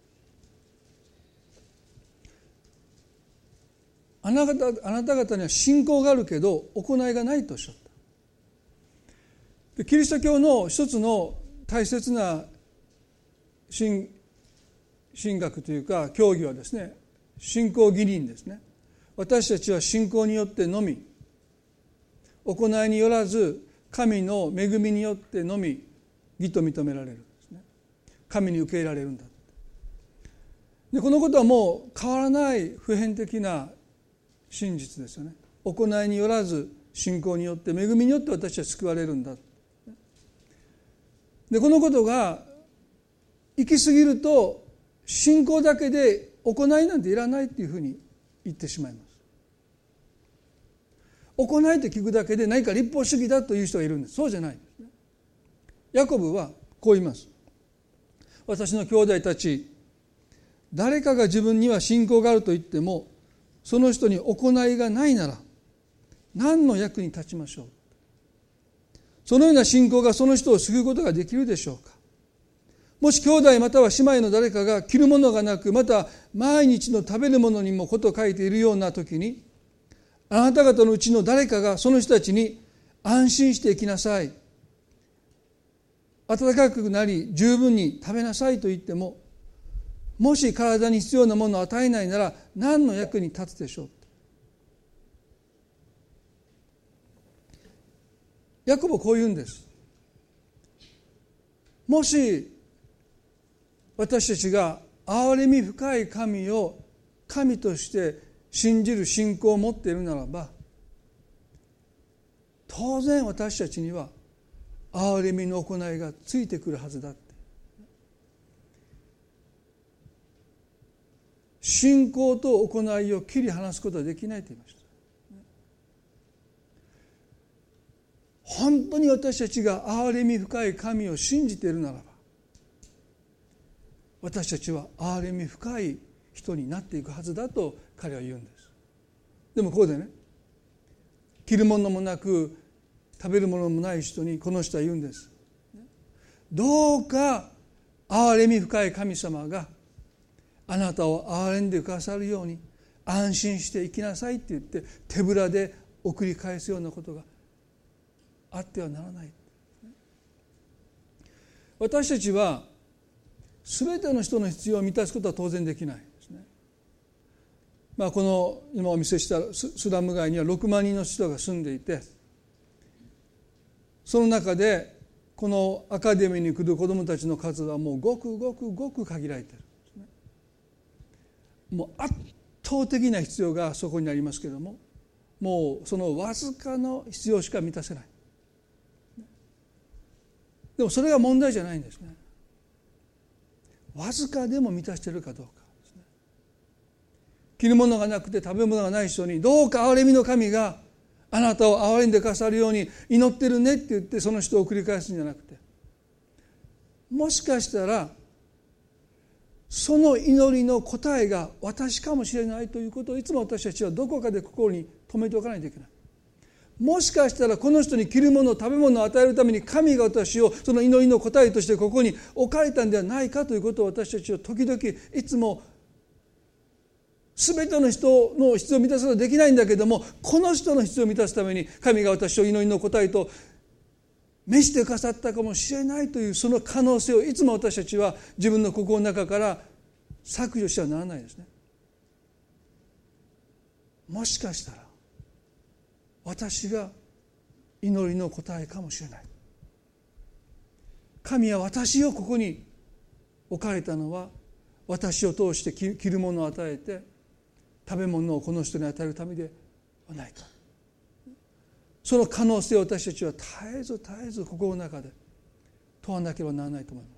あなた方、あなた方には信仰があるけど行いがないとおっしゃった。でキリスト教の一つの大切な神神学というか教義はですね、信仰義人ですね。私たちは信仰によってのみ、行いによらず神の恵みによってのみ義と認められるんですね。神に受け入れられるんだ。でこのことはもう変わらない普遍的な真実ですよね。行いによらず信仰によって恵みによって私は救われるんだ。でこのことが行き過ぎると信仰だけで行いなんていらないっていうふうに言ってしまいます。行いと聞くだけで何か立法主義だという人がいるんです。そうじゃないんですね。ヤコブはこう言います。私の兄弟たち、誰かが自分には信仰があると言ってもその人に行いがないなら何の役に立ちましょう。そのような信仰がその人を救うことができるでしょうか。もし兄弟または姉妹の誰かが着るものがなく、また毎日の食べるものにもこと書いているような時に、あなた方のうちの誰かがその人たちに安心して生きなさい、暖かくなり十分に食べなさいと言っても、もし体に必要なものを与えないなら何の役に立つでしょう。ヤコブはこう言うんです。もし私たちが憐れみ深い神を神として信じる信仰を持っているならば、当然私たちには憐れみの行いがついてくるはずだって。信仰と行いを切り離すことはできないと言いました。本当に私たちが憐れみ深い神を信じているならば、私たちは憐れみ深い人になっていくはずだと彼は言うんです。でもここでね、着るものもなく食べるものもない人にこの人は言うんです。どうか憐れみ深い神様があなたを憐れんでくださるように安心して生きなさいって言って手ぶらで送り返すようなことがあってはならない。私たちはすべての人の必要を満たすことは当然できないですね。まあ、この今お見せしたスラム街にはろくまんにんの人が住んでいて、その中でこのアカデミーに来る子どもたちの数はもうごくごくごく限られているんですね。もう圧倒的な必要がそこにありますけれども、もうそのわずかの必要しか満たせない。でもそれが問題じゃないんですね。わずかでも満たしているかどうかですね。着るものがなくて食べ物がない人に、どうか憐れみの神があなたを憐れんでくださるように祈ってるねって言ってその人を繰り返すんじゃなくて、もしかしたらその祈りの答えが私かもしれないということをいつも私たちはどこかで心に留めておかないといけない。もしかしたらこの人に着るもの、食べ物を与えるために神が私をその祈りの答えとしてここに置かれたんではないかということを私たちは時々いつも全ての人の必要を満たすことはできないんだけども、この人の必要を満たすために神が私を祈りの答えと召してくださったかもしれないというその可能性をいつも私たちは自分の心の中から削除してはならないですね。もしかしたら私が祈りの答えかもしれない。神は私をここに置かれたのは私を通して着るものを与えて食べ物をこの人に与えるためではないか。その可能性を私たちは絶えず絶えず心の中で問わなければならないと思います。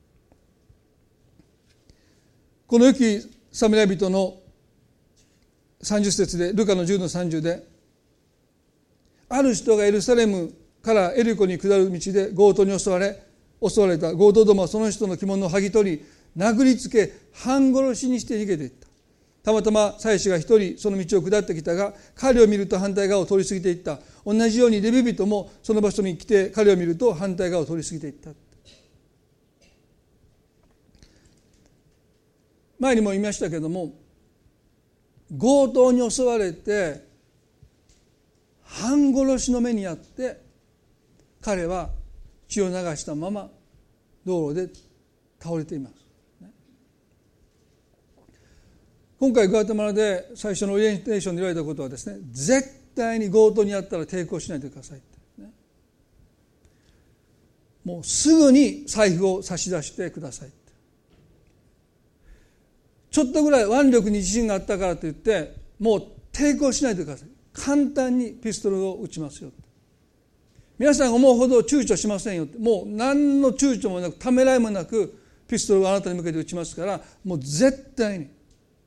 この良きサマリア人のさんじゅっ節で、ルカのじゅうのさんじゅうで、ある人がエルサレムからエリコに下る道で強盗に襲われ襲われた。強盗どもはその人の着物を剥ぎ取り殴りつけ半殺しにして逃げていった。たまたま祭司が一人その道を下ってきたが、彼を見ると反対側を通り過ぎていった。同じようにレビ人もその場所に来て彼を見ると反対側を通り過ぎていった。前にも言いましたけども、強盗に襲われて半殺しの目にあって彼は血を流したまま道路で倒れています。今回グアテマラで最初のオリエンテーションで言われたことはですね、絶対に強盗にあったら抵抗しないでくださいって、ね、もうすぐに財布を差し出してくださいって。ちょっとぐらい腕力に自信があったからといってもう抵抗しないでください。簡単にピストルを撃ちますよって。皆さんが思うほど躊躇しませんよって。もう何の躊躇もなくためらいもなくピストルをあなたに向けて撃ちますから、もう絶対に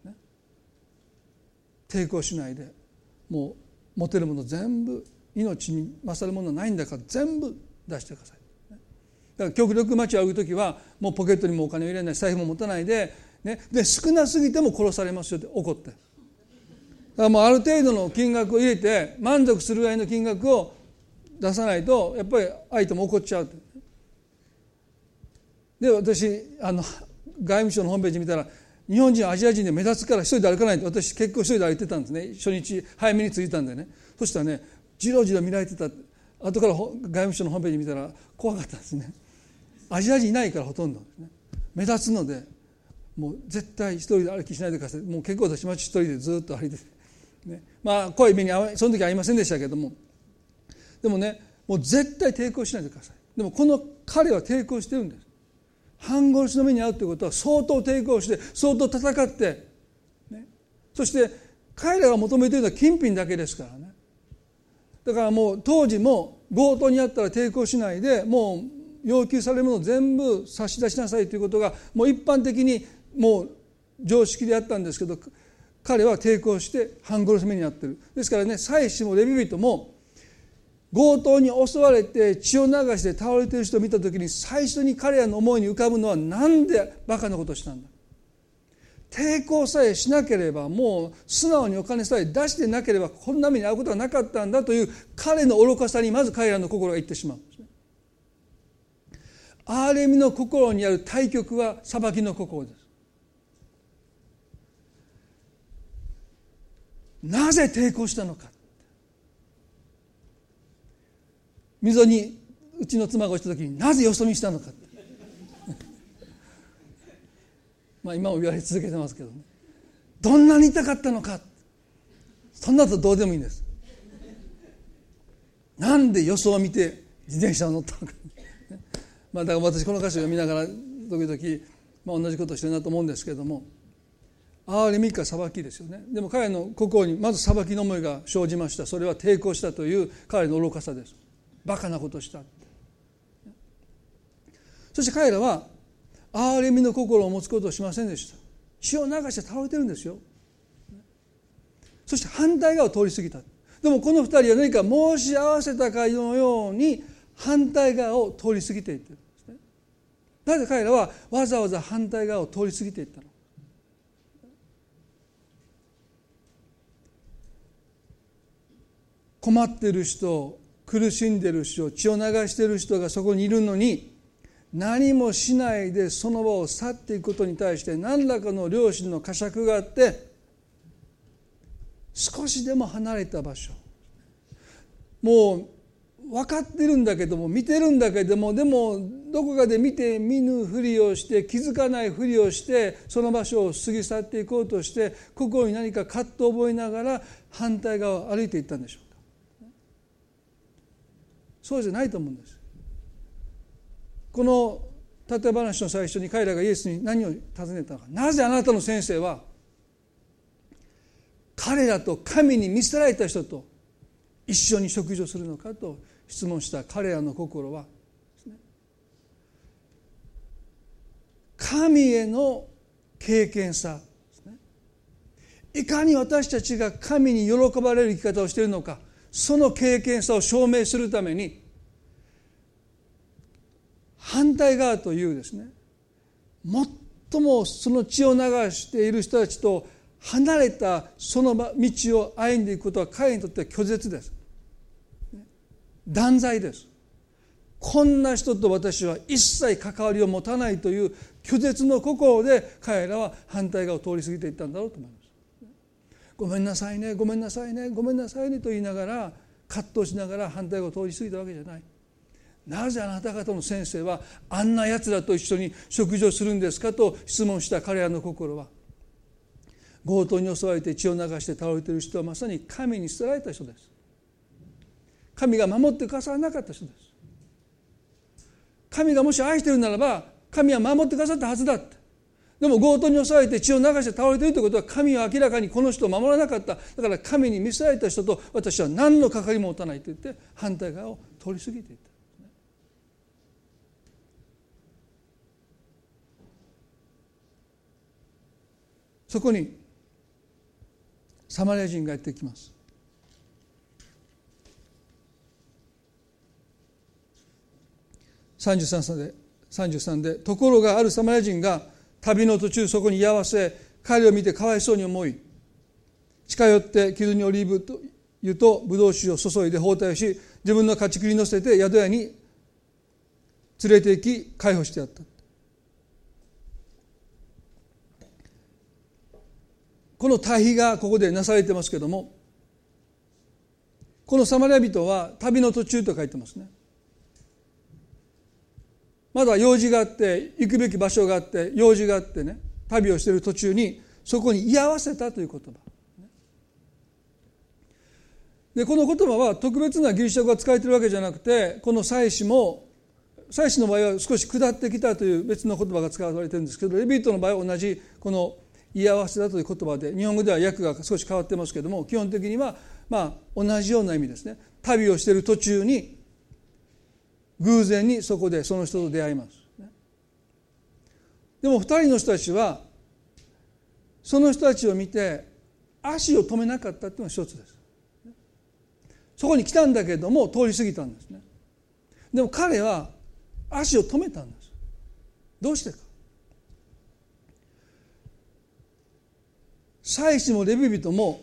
抵抗しないで、もう持てるもの全部、命に勝るものはないんだから全部出してください。だから極力街を歩くときはもうポケットにもお金を入れない、財布も持たないで、ね、で少なすぎても殺されますよって怒って、だからもうある程度の金額を入れて満足するぐらいの金額を出さないとやっぱり相手も怒っちゃうって。で私あの外務省のホームページ見たら、日本人はアジア人で目立つから一人で歩かないと。私結構一人で歩いてたんですね。初日早めに着いたんでね。そしたらね、じろじろ見られてた。後から外務省のホームページ見たら怖かったんですね。アジア人いないからほとんど、ね、目立つのでもう絶対一人で歩きしないでください。もう結構私町一人でずっと歩いてて、ね、まあ怖い目にその時は会いませんでしたけども、でもね、もう絶対抵抗しないでください。でもこの彼は抵抗してるんです。半殺しの目に遭うということは相当抵抗して相当戦って、ね、そして彼らが求めているのは金品だけですからね。だからもう当時も強盗に遭ったら抵抗しないで、もう要求されるものを全部差し出しなさいということがもう一般的にもう常識であったんですけど、彼は抵抗して半殺しの目に遭っている。ですからね、祭司もレビ人も強盗に襲われて血を流して倒れている人を見たときに最初に彼らの思いに浮かぶのは、なんでバカなことをしたんだ。抵抗さえしなければ、もう素直にお金さえ出してなければこんな目に遭うことはなかったんだという彼の愚かさにまず彼らの心がいってしまうんですね。憐れみの心にある対極は裁きの心です。なぜ抵抗したのか。溝にうちの妻が落ちた時になぜよそ見したのかまあ今も言われ続けてますけどね、どんなに痛かったのか、そんなとどうでもいいんです。なんでよそを見て自転車を乗ったのかまあだから私この歌詞を読みながら時々、まあ、同じことをしてるなと思うんですけれども、憐れみか裁きですよね。でも彼の心にまず裁きの思いが生じました。それは抵抗したという彼の愚かさです。バカなことをした。そして彼らは憐れみの心を持つことをしませんでした。血を流して倒れてるんですよ。そして反対側を通り過ぎた。でもこの二人は何か申し合わせたかのように反対側を通り過ぎていっているんですね。なぜ彼らはわざわざ反対側を通り過ぎていったのか。困っている人、苦しんでいる人、血を流している人がそこにいるのに、何もしないでその場を去っていくことに対して何らかの良心の呵責があって、少しでも離れた場所、もう分かってるんだけども、見てるんだけども、でもどこかで見て見ぬふりをして気づかないふりをしてその場所を過ぎ去っていこうとして、心に何か葛藤を覚えながら反対側を歩いていったんでしょう。そうじゃないと思うんです。この例え話の最初に彼らがイエスに何を尋ねたのか。なぜあなたの先生は彼らと神に見捨てられた人と一緒に食事をするのかと質問した彼らの心はですね、 神への経験さですね。いかに私たちが神に喜ばれる生き方をしているのか、その経験さを証明するために、反対側というですね、最もその血を流している人たちと離れたその道を歩んでいくことは彼にとっては拒絶です。断罪です。こんな人と私は一切関わりを持たないという拒絶の心で彼らは反対側を通り過ぎていったんだろうと思います。ごめんなさいね、ごめんなさいね、ごめんなさいねと言いながら、葛藤しながら反対側を通り過ぎたわけじゃない。なぜあなた方の先生はあんなやつらと一緒に食事をするんですかと質問した彼らの心は、強盗に襲われて血を流して倒れている人はまさに神に捨てられた人です。神が守ってくださらなかった人です。神がもし愛しているならば神は守ってくださったはずだって。でも強盗に襲われて血を流して倒れているということは、神は明らかにこの人を守らなかった。だから神に見捨てられた人と私は何の関わりも持たないと言って反対側を通り過ぎていった。そこにサマリア人がやってきます。さんじゅうさんで、さんじゅうさんで、ところがあるサマリア人が旅の途中そこに居合わせ、彼を見てかわいそうに思い、近寄って傷にオリーブ油とブドウ酒を注いで包帯をし、自分の家畜に乗せて宿屋に連れて行き介抱してやった。この対比がここでなされてますけども、このサマリア人は旅の途中と書いてますね。まだ用事があって行くべき場所があって用事があってね、旅をしている途中にそこに居合わせたという言葉で、この言葉は特別なギリシャ語が使われているわけじゃなくて、この祭司も祭司の場合は少し下ってきたという別の言葉が使われているんですけど、レビートの場合は同じこの居合わせたという言葉で、日本語では訳が少し変わってますけども、基本的にはまあ同じような意味ですね。旅をしている途中に偶然にそこでその人と出会います。でも二人の人たちはその人たちを見て足を止めなかったというのが一つです。そこに来たんだけれども通り過ぎたんですね。でも彼は足を止めたんです。どうしてか。祭司もレビ人も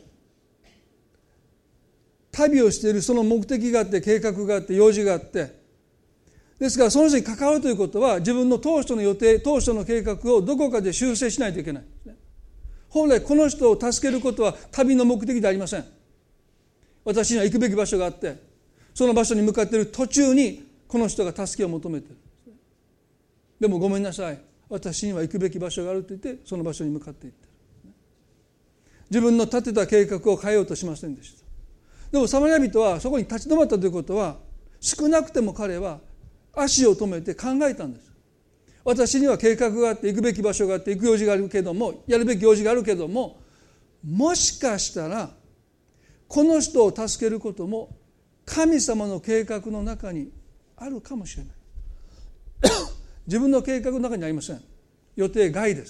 旅をしているその目的があって計画があって用事があって、ですからその人に関わるということは自分の当初の予定、当初の計画をどこかで修正しないといけない。本来この人を助けることは旅の目的ではありません。私には行くべき場所があってその場所に向かっている途中にこの人が助けを求めている。でもごめんなさい、私には行くべき場所があると言ってその場所に向かっていっている。自分の立てた計画を変えようとしませんでした。でもサマリア人はそこに立ち止まったということは、少なくても彼は足を止めて考えたんです。私には計画があって行くべき場所があって行く用事があるけども、やるべき用事があるけども、もしかしたらこの人を助けることも神様の計画の中にあるかもしれない。自分の計画の中にありません。予定外です。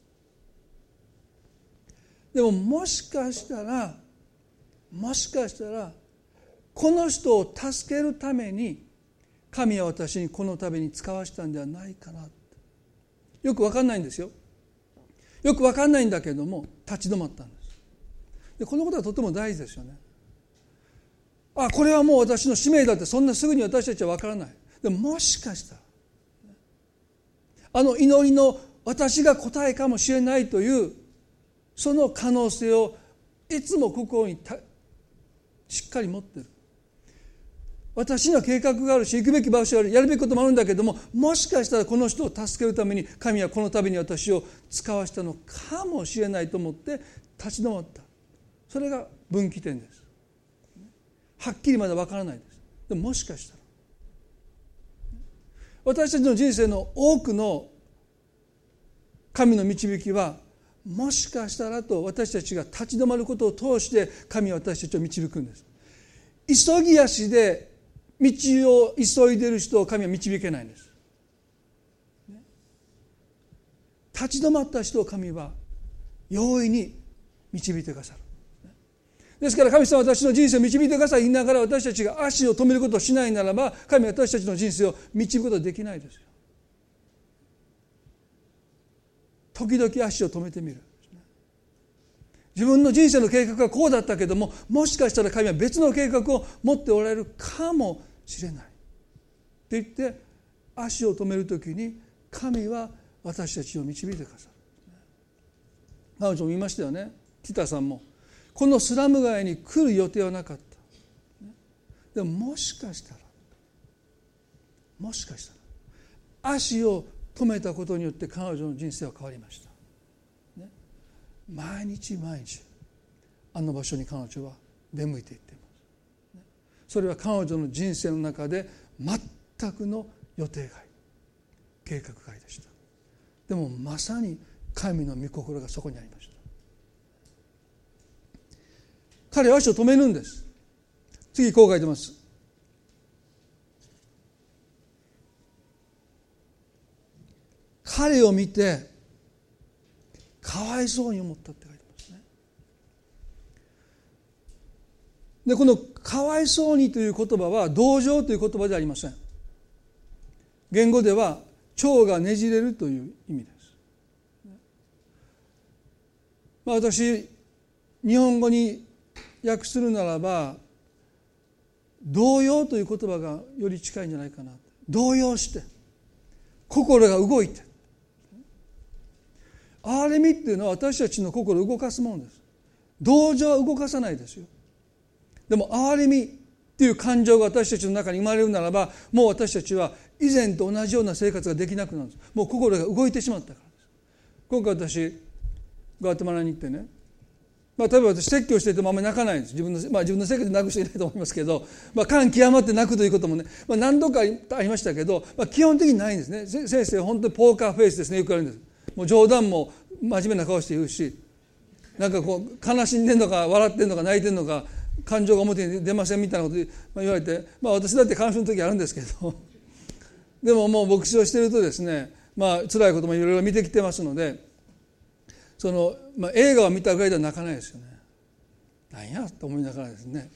でももしかしたらもしかしたらこの人を助けるために神は私にこの旅に使わしたんではないかな。よく分かんないんですよ。よく分かんないんだけれども立ち止まったんです。でこのことはとても大事ですよね。あ、これはもう私の使命だってそんなすぐに私たちは分からない。でももしかしたらあの祈りの私が答えかもしれないというその可能性をいつも心にしっかり持っている。私には計画があるし行くべき場所がある、やるべきこともあるんだけども、もしかしたらこの人を助けるために神はこの旅に私を使わしたのかもしれないと思って立ち止まった。それが分岐点です。はっきりまだわからないです。でももしかしたら私たちの人生の多くの神の導きはもしかしたらと私たちが立ち止まることを通して神は私たちを導くんです。急ぎ足で道を急いでいる人を神は導けないんです。 立ち止まった人を神は容易に導いてくださる。ですから神様は私の人生を導いてください言いながら、私たちが足を止めることをしないならば、神は私たちの人生を導くことはできないですよ。時々足を止めてみる。自分の人生の計画はこうだったけども、もしかしたら神は別の計画を持っておられるかもしれないって言って足を止めるときに、神は私たちを導いてくださる。彼女も言いましたよね。ティタさんもこのスラム街に来る予定はなかった。でももしかしたらもしかしたら足を止めたことによって彼女の人生は変わりました、ね、毎日毎日あの場所に彼女は出向いていっています、ね、それは彼女の人生の中で全くの予定外、計画外でした。でもまさに神の御心がそこにありました。彼は足を止めるんです。次こう書いてます。彼を見てかわいそうに思ったって書いてますね。でこのかわいそうにという言葉は同情という言葉ではありません。言語では腸がねじれるという意味です。まあ、私日本語に訳するならば動揺という言葉がより近いんじゃないかな。動揺して心が動いて、憐れみっていうのは私たちの心を動かすものです。同情は動かさないですよ。でも憐れみっていう感情が私たちの中に生まれるならば、もう私たちは以前と同じような生活ができなくなるんです。もう心が動いてしまったからです。今回私グアテマラに行ってね、まあ、例えば私説教していてもあんまり泣かないんです。自分の、まあ、自分の説教で泣く人いないと思いますけど、まあ、感極まって泣くということもね、まあ、何度かありましたけど、まあ、基本的にないんですね。先生本当にポーカーフェイスですね、よく言われるんです。もう冗談も真面目な顔して言うし、なんかこう悲しんでんのか笑ってんのか泣いてんのか感情が表に出ませんみたいなこと言われて、まあ、私だって感傷の時あるんですけどでももう牧師をしているとですね、まあ辛いこともいろいろ見てきてますので、その、まあ、映画を見たぐらいでは泣かないですよね。なんやと思いながらですね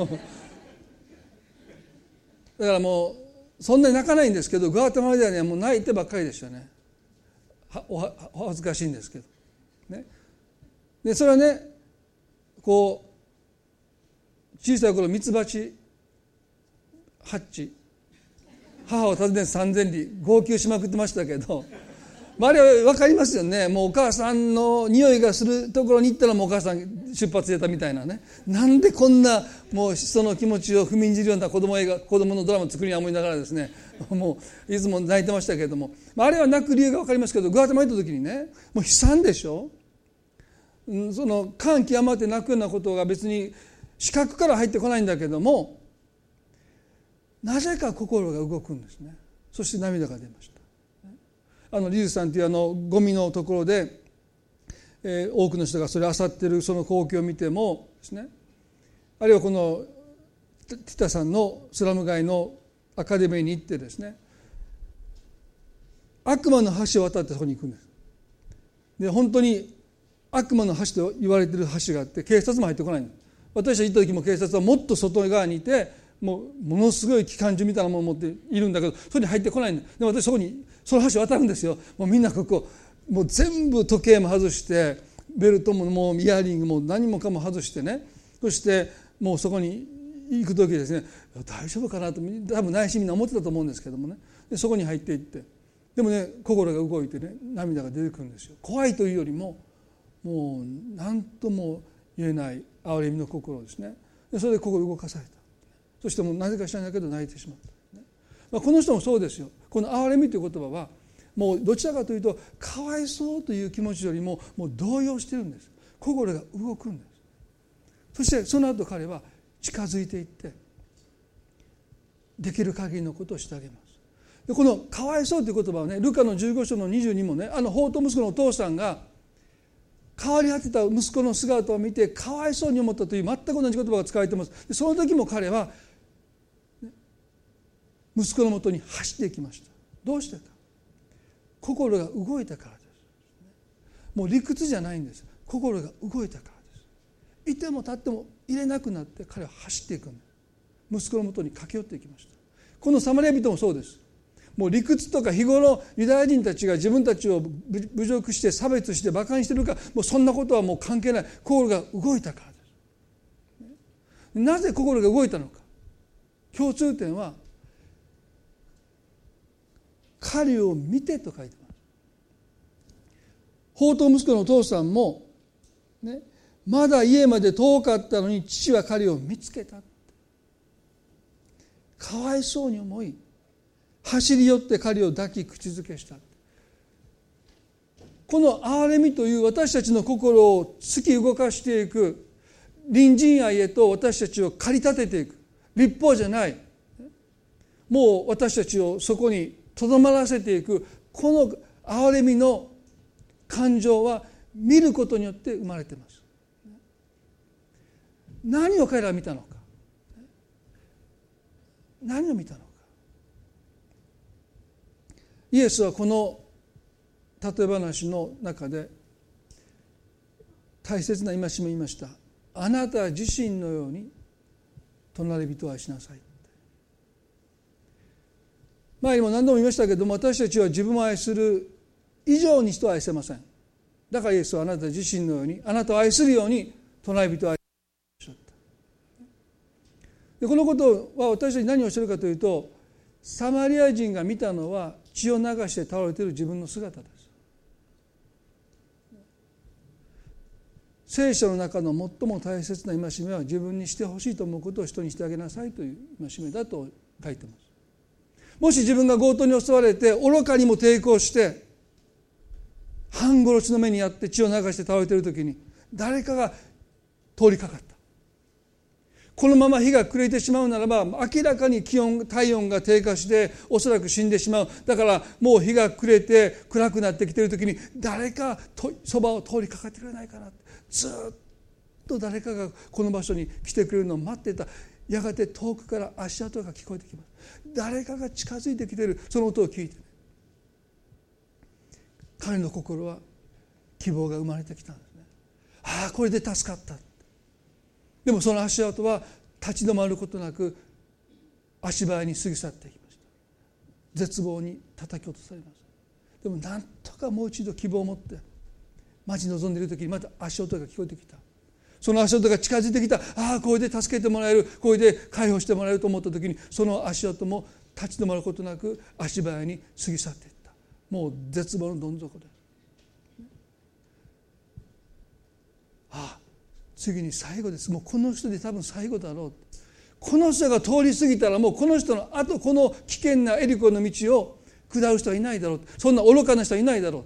だからもうそんなに泣かないんですけど、グアテマラではねもう泣いてばっかりでしたね。は お, はお恥ずかしいんですけど、ね、でそれはねこう小さい頃ミツバチハッチ母を訪ねて三千里号泣しまくってましたけど、まあ、あれは分かりますよね。もうお母さんの匂いがするところに行ったらもうお母さん出発出たみたいなね。なんでこんなもう人の気持ちを踏みにじるような子供映画子供のドラマを作りに思いながらですね、もういつも泣いてましたけれども、あれは泣く理由が分かりますけど、グアテマラ行った時にね、もう悲惨でしょ。その感極まって泣くようなことが別に視覚から入ってこないんだけども、なぜか心が動くんですね。そして涙が出ました。あのリズさんというあのゴミのところで、えー、多くの人がそれを漁っているその光景を見てもですね、あるいはこのティタさんのスラム街のアカデミーに行ってですね、悪魔の橋を渡ってそこに行くんです。で本当に悪魔の橋と言われている橋があって、警察も入ってこないんです。私が行った時も警察はもっと外側にいて、もうものすごい機関銃みたいなものを持っているんだけど、それに入ってこないんだ。で私そこにその橋を渡るんですよ。もうみんなここもう全部時計も外して、ベルトももうイヤリングも何もかも外してね、そしてもうそこに行く時ですね、大丈夫かなと多分内心みんな思ってたと思うんですけどもね、でそこに入っていって、でもね心が動いてね涙が出てくるんですよ。怖いというよりももう何とも言えない憐れみの心ですね。でそれで心動かされた。そしてもうなぜか知らないけど泣いてしまった、ね。まあ、この人もそうですよ。この憐れみという言葉はもうどちらかというとかわいそうという気持ちよりももう動揺してるんです。心が動くんです。そしてその後彼は近づいていってできる限りのことをしてあげます。でこのかわいそうという言葉はね、ルカのじゅうご章のにじゅうにもね、あの放蕩息子のお父さんが変わり果てた息子の姿を見てかわいそうに思ったという全く同じ言葉が使われています。でその時も彼は息子のもとに走っていきました。どうしてか、心が動いたからです。 もう理屈じゃないんです。心が動いたからです。いても立ってもいれなくなって彼は走っていくんです。息子のもとに駆け寄っていきました。このサマリア人もそうです。もう理屈とか日頃ユダヤ人たちが自分たちを侮辱して差別して馬鹿にしてるか、もうそんなことはもう関係ない。心が動いたからです。なぜ心が動いたのか。共通点は彼を見てと書いてます。放蕩息子のお父さんも、ね、まだ家まで遠かったのに父は彼を見つけた。かわいそうに思い走り寄って彼を抱き口づけした。この憐れみという私たちの心を突き動かしていく隣人愛へと私たちを駆り立てていく。立法じゃない、もう私たちをそこにとどまらせていくこの憐れみの感情は見ることによって生まれています。何を彼らは見たのか、何を見たのか。イエスはこの例え話の中で大切な戒めを言いました。あなた自身のように隣人を愛しなさい。前にも何度も言いましたけれども、私たちは自分を愛する以上に人を愛せません。だからイエスはあなた自身のように、あなたを愛するように隣人を愛しなさい。でこのことは私たち何をしているかというと、サマリア人が見たのは血を流して倒れている自分の姿です。聖書の中の最も大切な戒めは、自分にしてほしいと思うことを人にしてあげなさいという戒めだと書いています。もし自分が強盗に襲われて愚かにも抵抗して半殺しの目にあって血を流して倒れているときに、誰かが通りかかった。このまま日が暮れてしまうならば、明らかに気温体温が低下しておそらく死んでしまう。だからもう日が暮れて暗くなってきているときに、誰かそばを通りかかってくれないかな。ずっと誰かがこの場所に来てくれるのを待っていた。やがて遠くから足跡が聞こえてきます。誰かが近づいてきている。その音を聞いて、ね、彼の心は希望が生まれてきたんですね。ああ、これで助かった。でもその足跡は立ち止まることなく足早に過ぎ去っていきました。絶望に叩き落とされました。でもなんとかもう一度希望を持って待ち望んでいる時に、また足音が聞こえてきた。その足音が近づいてきた。ああ、これで助けてもらえる、これで解放してもらえると思った時に、その足音も立ち止まることなく足早に過ぎ去っていった。もう絶望のどん底です。ああ、次に最後です。もうこの人で多分最後だろう。この人が通り過ぎたら、もうこの人のあとこの危険なエリコの道を下る人はいないだろう。そんな愚かな人はいないだろう。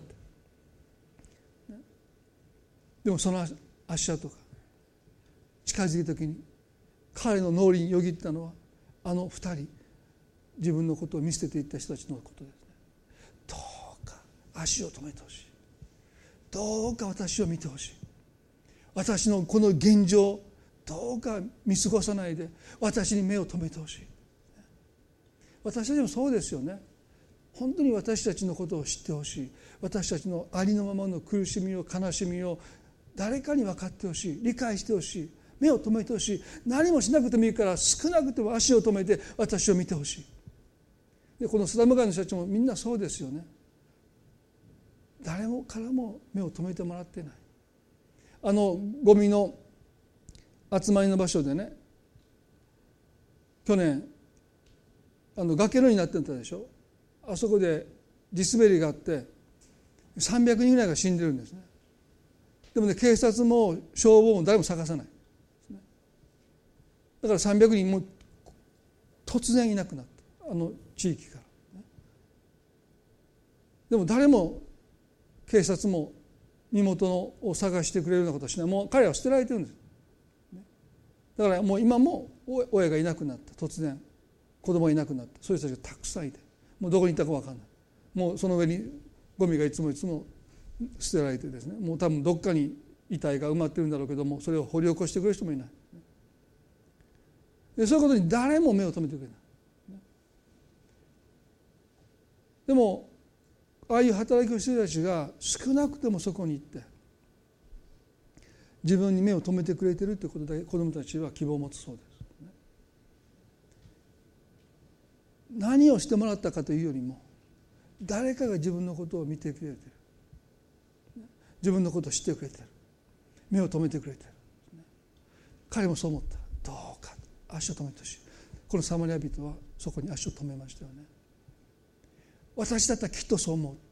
でもその足跡が近づいた時に、彼の脳裏によぎったのは、あの二人、自分のことを見捨てていった人たちのことですね。どうか足を止めてほしい。どうか私を見てほしい。私のこの現状、どうか見過ごさないで私に目を留めてほしい。私たちもそうですよね。本当に私たちのことを知ってほしい。私たちのありのままの苦しみを悲しみを誰かに分かってほしい。理解してほしい。目を留めてほしい。何もしなくてもいいから、少なくても足を止めて私を見てほしい。でこのスラム街の人たちもみんなそうですよね。誰もからも目を留めてもらってない。あのゴミの集まりの場所でね、去年あの崖のようになってたでしょ。あそこで地滑りがあってさんびゃくにんぐらいが死んでるんですね。でもね、警察も消防も誰も探さない。だからさんびゃくにんも突然いなくなった、あの地域から。でも誰も警察も身元を探してくれるようなことはしない。もう彼は捨てられてるんです。だからもう今も親がいなくなった、突然子供がいなくなった、そういう人たちがたくさんいて、もうどこにいたか分からない。もうその上にゴミがいつもいつも捨てられてですね、もう多分どっかに遺体が埋まってるんだろうけども、それを掘り起こしてくれる人もいない。でそういうことに誰も目を留めてくれない。でもああいう働きをしている人たちが少なくてもそこに行って自分に目を留めてくれているということで子どもたちは希望を持つそうです。何をしてもらったかというよりも誰かが自分のことを見てくれている、自分のことを知ってくれている、目を留めてくれている。彼もそう思った。どうか足を止めてほしい。このサマリア人はそこに足を止めましたよね。私だったらきっとそう思うって。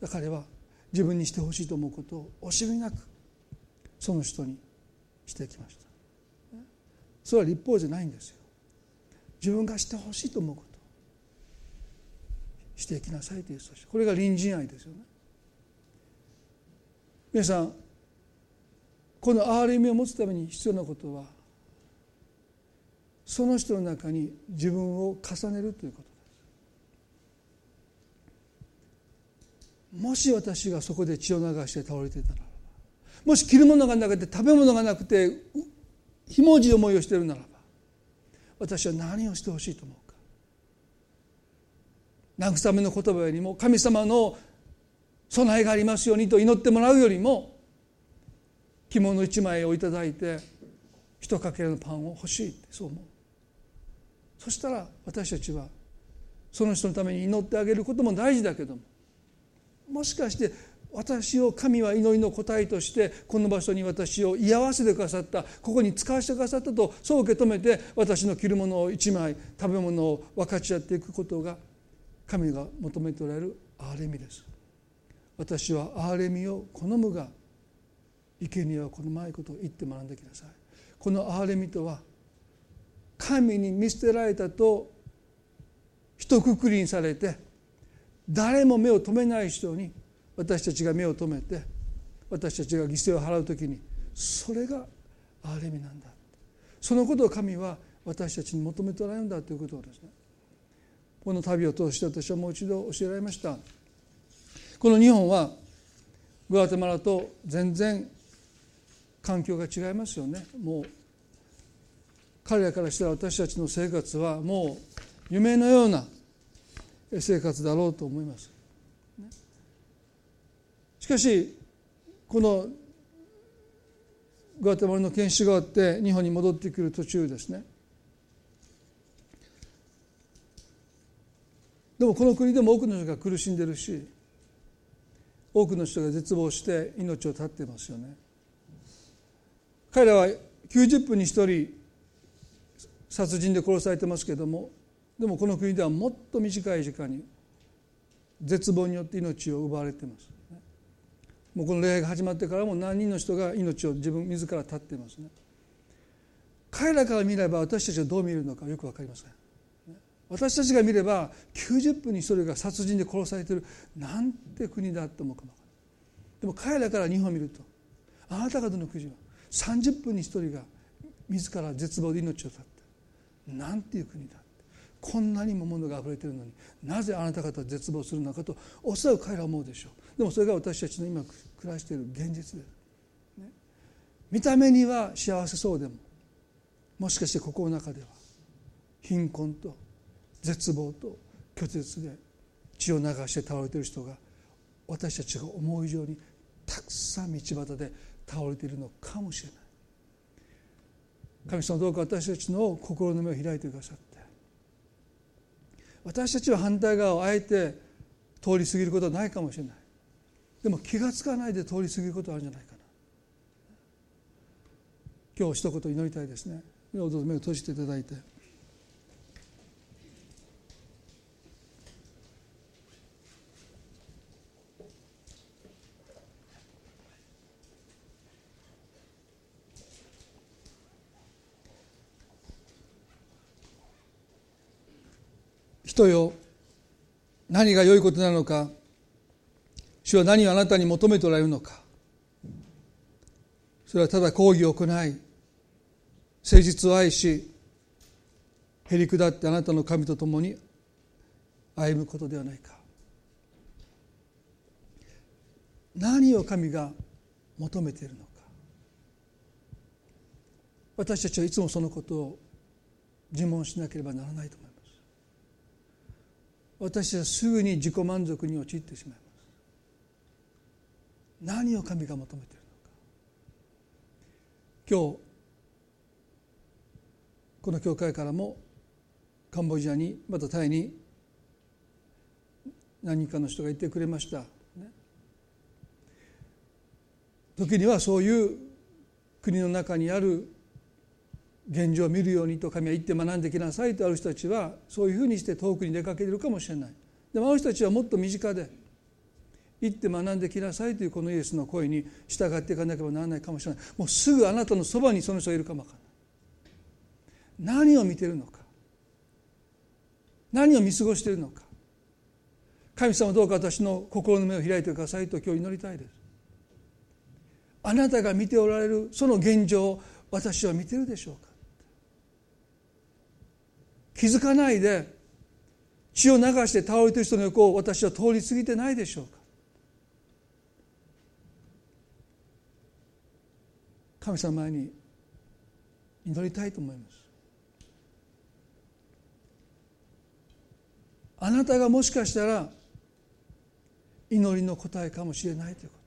彼は自分にしてほしいと思うことを惜しみなくその人にしてきました。それは立法じゃないんですよ。自分がしてほしいと思うことをしていきなさいという。これが隣人愛ですよね。皆さん、この憐れみを持つために必要なことはその人の中に自分を重ねるということです。もし私がそこで血を流して倒れていたならば、もし着るものがなくて食べ物がなくてひもじい思いをしているならば、私は何をしてほしいと思うか。慰めの言葉よりも神様の備えがありますようにと祈ってもらうよりも、着物一枚をいただいて一かけらのパンを欲しいってそう思う。そしたら私たちはその人のために祈ってあげることも大事だけども、もしかして私を神は祈りの答えとしてこの場所に私を居合わせてくださった、ここに使わせてくださったとそう受け止めて、私の着るものを一枚食べ物を分かち合っていくことが神が求めておられる憐れみです。私は憐れみを好むが生贄は好まないことを言って学んできなさい。この憐れみとは神に見捨てられたと一括りにされて誰も目を留めない人に私たちが目を留めて、私たちが犠牲を払うときにそれが憐れみなんだ、そのことを神は私たちに求めておられるんだということをですね、この旅を通して私はもう一度教えられました。この日本はグアテマラと全然環境が違いますよね。もう彼らからしたら私たちの生活はもう夢のような生活だろうと思います。しかしこのグアテマラの研修が終わって日本に戻ってくる途中ですね、でもこの国でも多くの人が苦しんでいるし、多くの人が絶望して命を絶っていますよね。彼らはきゅうじゅっぷんにひとり殺人で殺されてますけれども、でもこの国ではもっと短い時間に絶望によって命を奪われています。もうこの礼拝が始まってからも何人の人が命を自分自ら絶っていますね。彼らから見れば私たちはどう見るのかよく分かりません。私たちが見ればきゅうじゅっぷんにひとりが殺人で殺されている、なんて国だと思うかも分からない。でも彼らから日本を見ると、あなた方の国はさんじゅっぷんにひとりが自ら絶望で命を絶った、なんていう国だ、こんなにも物があふれているのになぜあなた方は絶望するのかとおそらく彼らは思うでしょう。でもそれが私たちの今暮らしている現実です、ね、見た目には幸せそうでも、もしかして心の中では貧困と絶望と拒絶で血を流して倒れている人が私たちが思う以上にたくさん道端で倒れているのかもしれない。神様どうか私たちの心の目を開いてくださって、私たちは反対側をあえて通り過ぎることはないかもしれない。でも気がつかないで通り過ぎることはあるんじゃないかな。今日一言祈りたいですね。どうぞ目を閉じていただいて、人よ、何が良いことなのか、主は何をあなたに求めておられるのか。それはただ公義を行い、誠実を愛し、へり下ってあなたの神と共に歩むことではないか。何を神が求めているのか。私たちはいつもそのことを自問しなければならないと思います。 私はすぐに自己満足に陥ってしまいます。何を神が求めているのか。今日この教会からもカンボジアにまたタイに何人かの人がいてくれました、ね、時にはそういう国の中にある現状を見るようにと神は言って学んできなさいとある人たちはそういうふうにして遠くに出かけているかもしれない。でもある人たちはもっと身近で行って学んできなさいというこのイエスの声に従っていかなければならないかもしれない。もうすぐあなたのそばにその人がいるかもわからない。何を見ているのか、何を見過ごしているのか。神様どうか私の心の目を開いてくださいと今日祈りたいです。あなたが見ておられるその現状を私は見ているでしょうか。気づかないで血を流して倒れている人の横を私は通り過ぎてないでしょうか。神様前に祈りたいと思います。あなたがもしかしたら祈りの答えかもしれないということ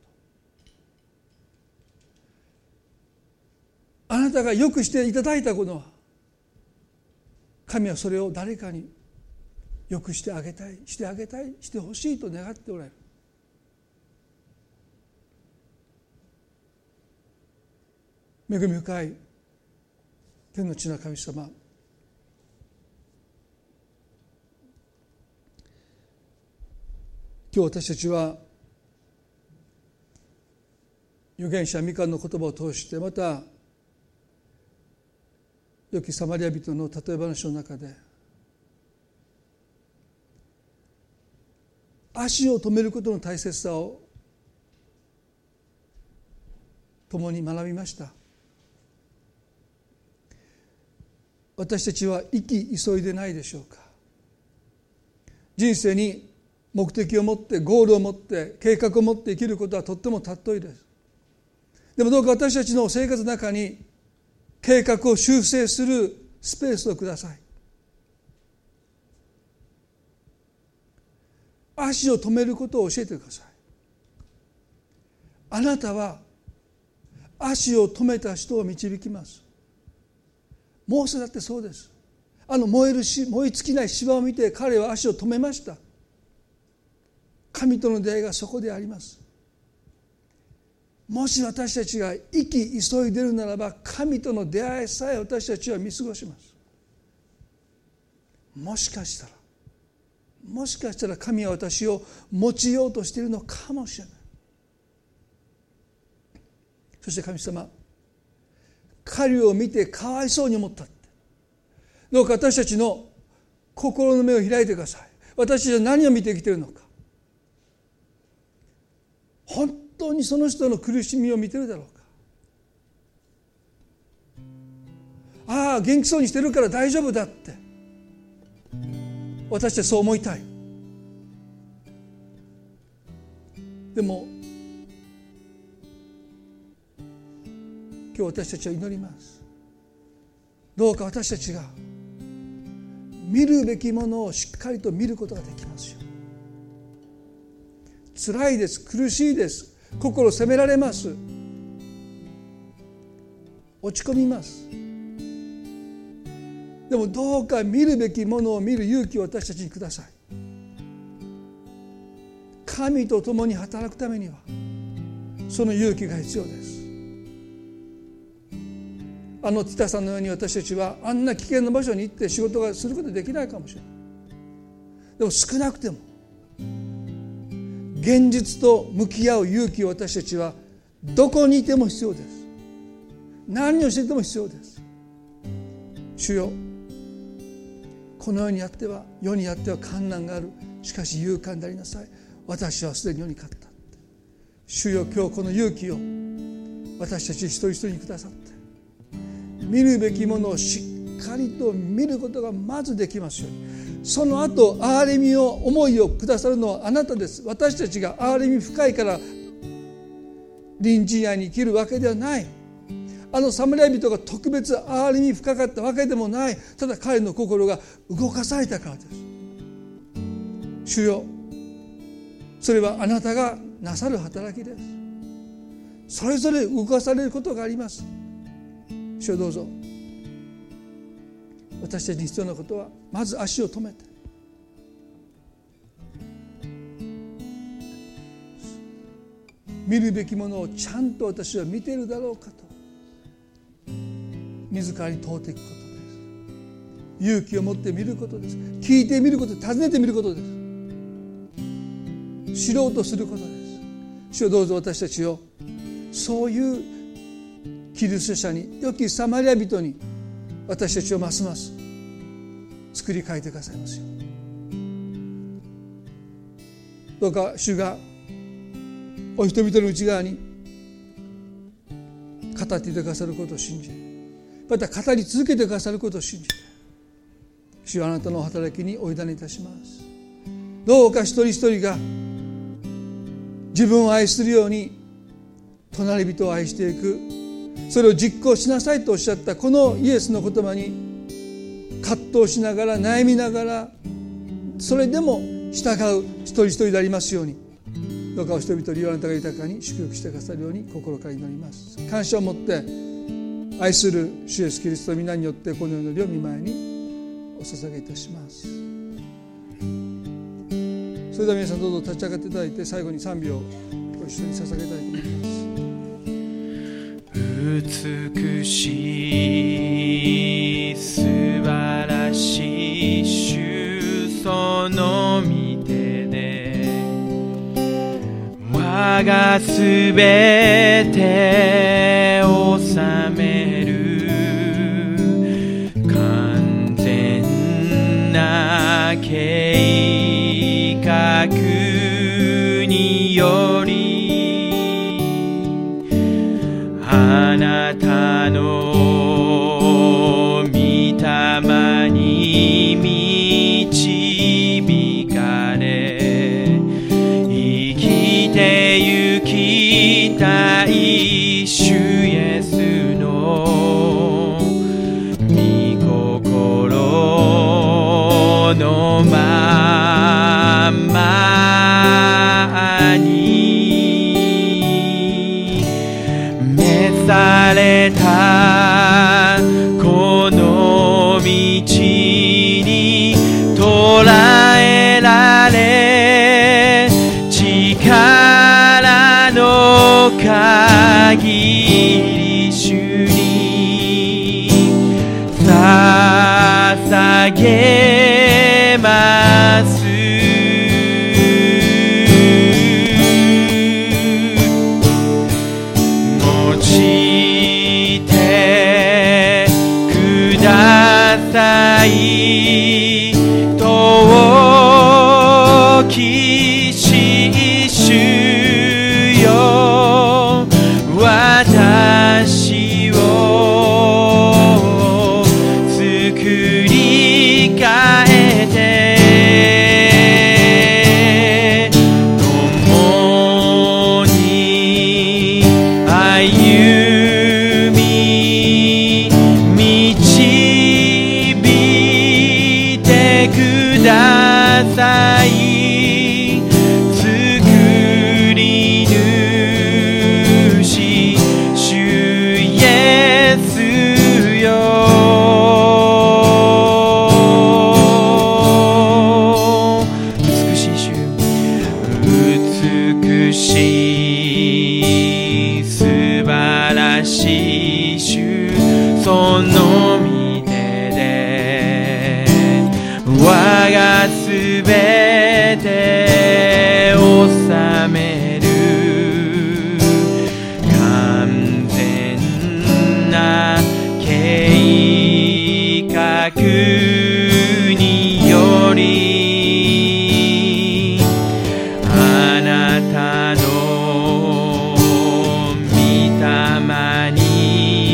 。あなたがよくしていただいたことは神はそれを誰かによくしてあげたい、してあげたい、してほしいと願っておられる。恵み深い天の地の神様、今日私たちは預言者ミカの言葉を通して、また良きサマリア人の例え話の中で足を止めることの大切さを共に学びました。私たちは生き急いでないでしょうか。人生に目的を持ってゴールを持って計画を持って生きることはとっても尊いです。でもどうか私たちの生活の中に計画を修正するスペースをください。足を止めることを教えてください。あなたは足を止めた人を導きます。モーセだってそうです。あの燃えるし燃え尽きない芝を見て彼は足を止めました。神との出会いがそこであります。もし私たちが生き急いでいるならば、神との出会いさえ私たちは見過ごします。もしかしたらもしかしたら神は私を用いようとしているのかもしれない。そして神様、彼を見てかわいそうに思ったって、どうか私たちの心の目を開いてください。私たちは何を見てきているのか。本当にその人の苦しみを見ているだろうか。ああ、元気そうにしてるから大丈夫だって私たちはそう思いたい。でも今日私たちは祈ります。どうか私たちが見るべきものをしっかりと見ることができますように。辛いです、苦しいです、心責められます、落ち込みます。でもどうか見るべきものを見る勇気を私たちにください。神と共に働くためにはその勇気が必要です。あのティタさんのように私たちはあんな危険な場所に行って仕事がすることができないかもしれない。でも少なくても現実と向き合う勇気を私たちはどこにいても必要です。何をしていても必要です。主よ、この世にあっては世にあっては困難がある、しかし勇敢でありなさい。私はすでに世に勝った。主よ、今日この勇気を私たち一人一人にくださって、見るべきものをしっかりと見ることがまずできますように。その後憐れみを思いをくださるのはあなたです。私たちが憐れみ深いから隣人愛に生きるわけではない。あのサマリア人が特別憐れみ深かったわけでもない。ただ彼の心が動かされたからです。 主よ、それはあなたがなさる働きです。それぞれ動かされることがあります。主よ、どうぞ私たちに必要なことは、まず足を止めて、見るべきものをちゃんと私は見ているだろうかと自らに問うていくことです。勇気を持って見ることです。聞いてみること、尋ねてみることです。知ろうとすることです。主よ、どうぞ私たちをそういうキリスト者に、良きサマリア人に私たちをますます作り変えてくださいますよ。どうか主がお人々の内側に語っていてくださることを信じ、また語り続けてくださることを信じて、主よ、あなたの働きにお委ねいたします。どうか一人一人が自分を愛するように隣人を愛していく、それを実行しなさいとおっしゃったこのイエスの言葉に葛藤しながら、悩みながら、それでも従う一人一人でありますように、どうかお人々にあなたが豊かに祝福してくださるように心から祈ります。感謝を持って愛する主イエスキリストの皆によってこの祈りを御前にお捧げいたします。それでは皆さん、どうぞ立ち上がっていただいて、最後に賛美をご一緒に捧げたいと思います。 美しい素晴らしい主、その御手で我がすべて治める完全な計画により、あなたの御霊に導かれ、生きてゆきたい主イエスの御心のままに召されたこの道に捉えられ、力の限り主に捧げます。用いてください、遠きし主よ、私を作り変えて、共に歩み導いてください、作り主主イエスよ。美しい主、美しい素晴らしい主、その御手で我がすべて治める完全な計画により、あなたの御霊に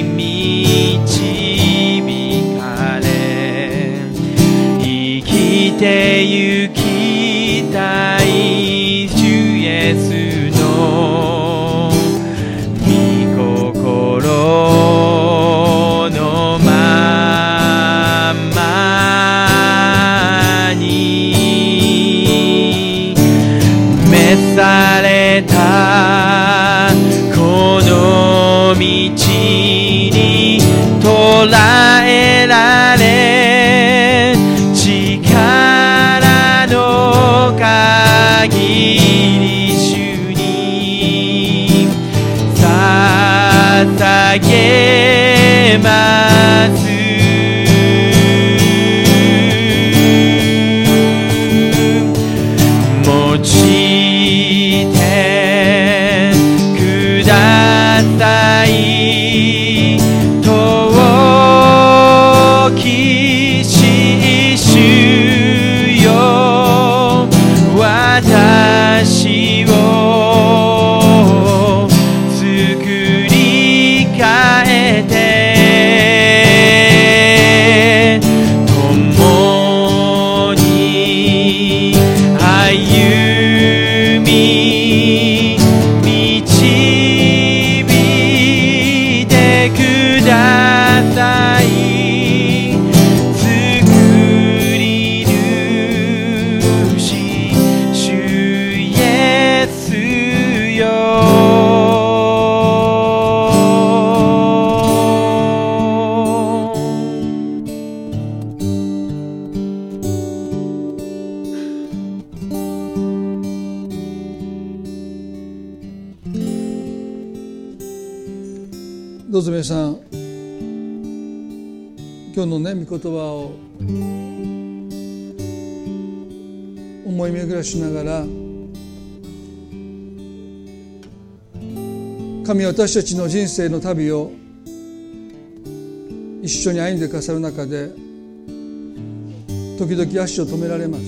導かれ、生きてゆきたい主イエスの御心のままにれたこの道に捉えられ力の限り主に捧げます用いてください遠きし主よ私を作り変えて共に歩み導いてください作り主主イエスよどうぞ皆さん、今日のね御言葉を思い巡らしながら、神は私たちの人生の旅を一緒に歩んでくださる中で、時々足を止められます。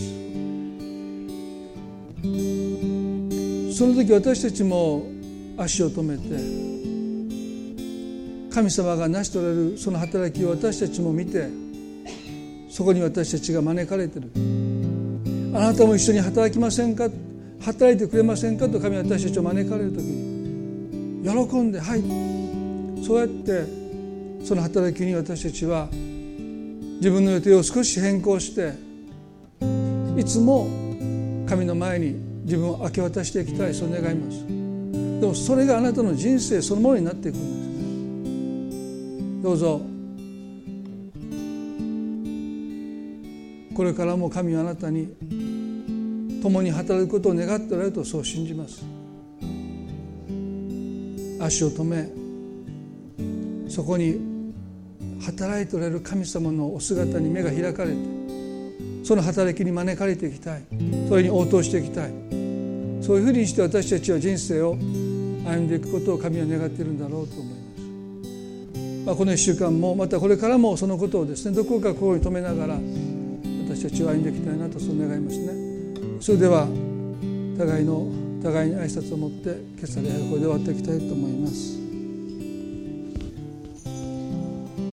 その時私たちも足を止めて、神様が成し遂げられるその働きを私たちも見て、そこに私たちが招かれている。あなたも一緒に働きませんか、働いてくれませんかと神は私たちを招かれる時に喜んで、はい、そうやってその働きに私たちは自分の予定を少し変更して、いつも神の前に自分を明け渡していきたい、そう願います。でもそれがあなたの人生そのものになっていくんですね。どうぞこれからも神はあなたに共に働くことを願っておられると、そう信じます。足を止め、そこに働いておられる神様のお姿に目が開かれて、その働きに招かれていきたい、それに応答していきたい、そういうふうにして私たちは人生を歩んでいくことを神は願っているんだろうと思います。まあ、このいっしゅうかんもまたこれからもそのことをですね、どこかここに留めながら私たちは歩んでいきたいなと、そう願いますね。それでは互いの互いに挨拶を持って今朝礼拝をこれで終わっていきたいと思います。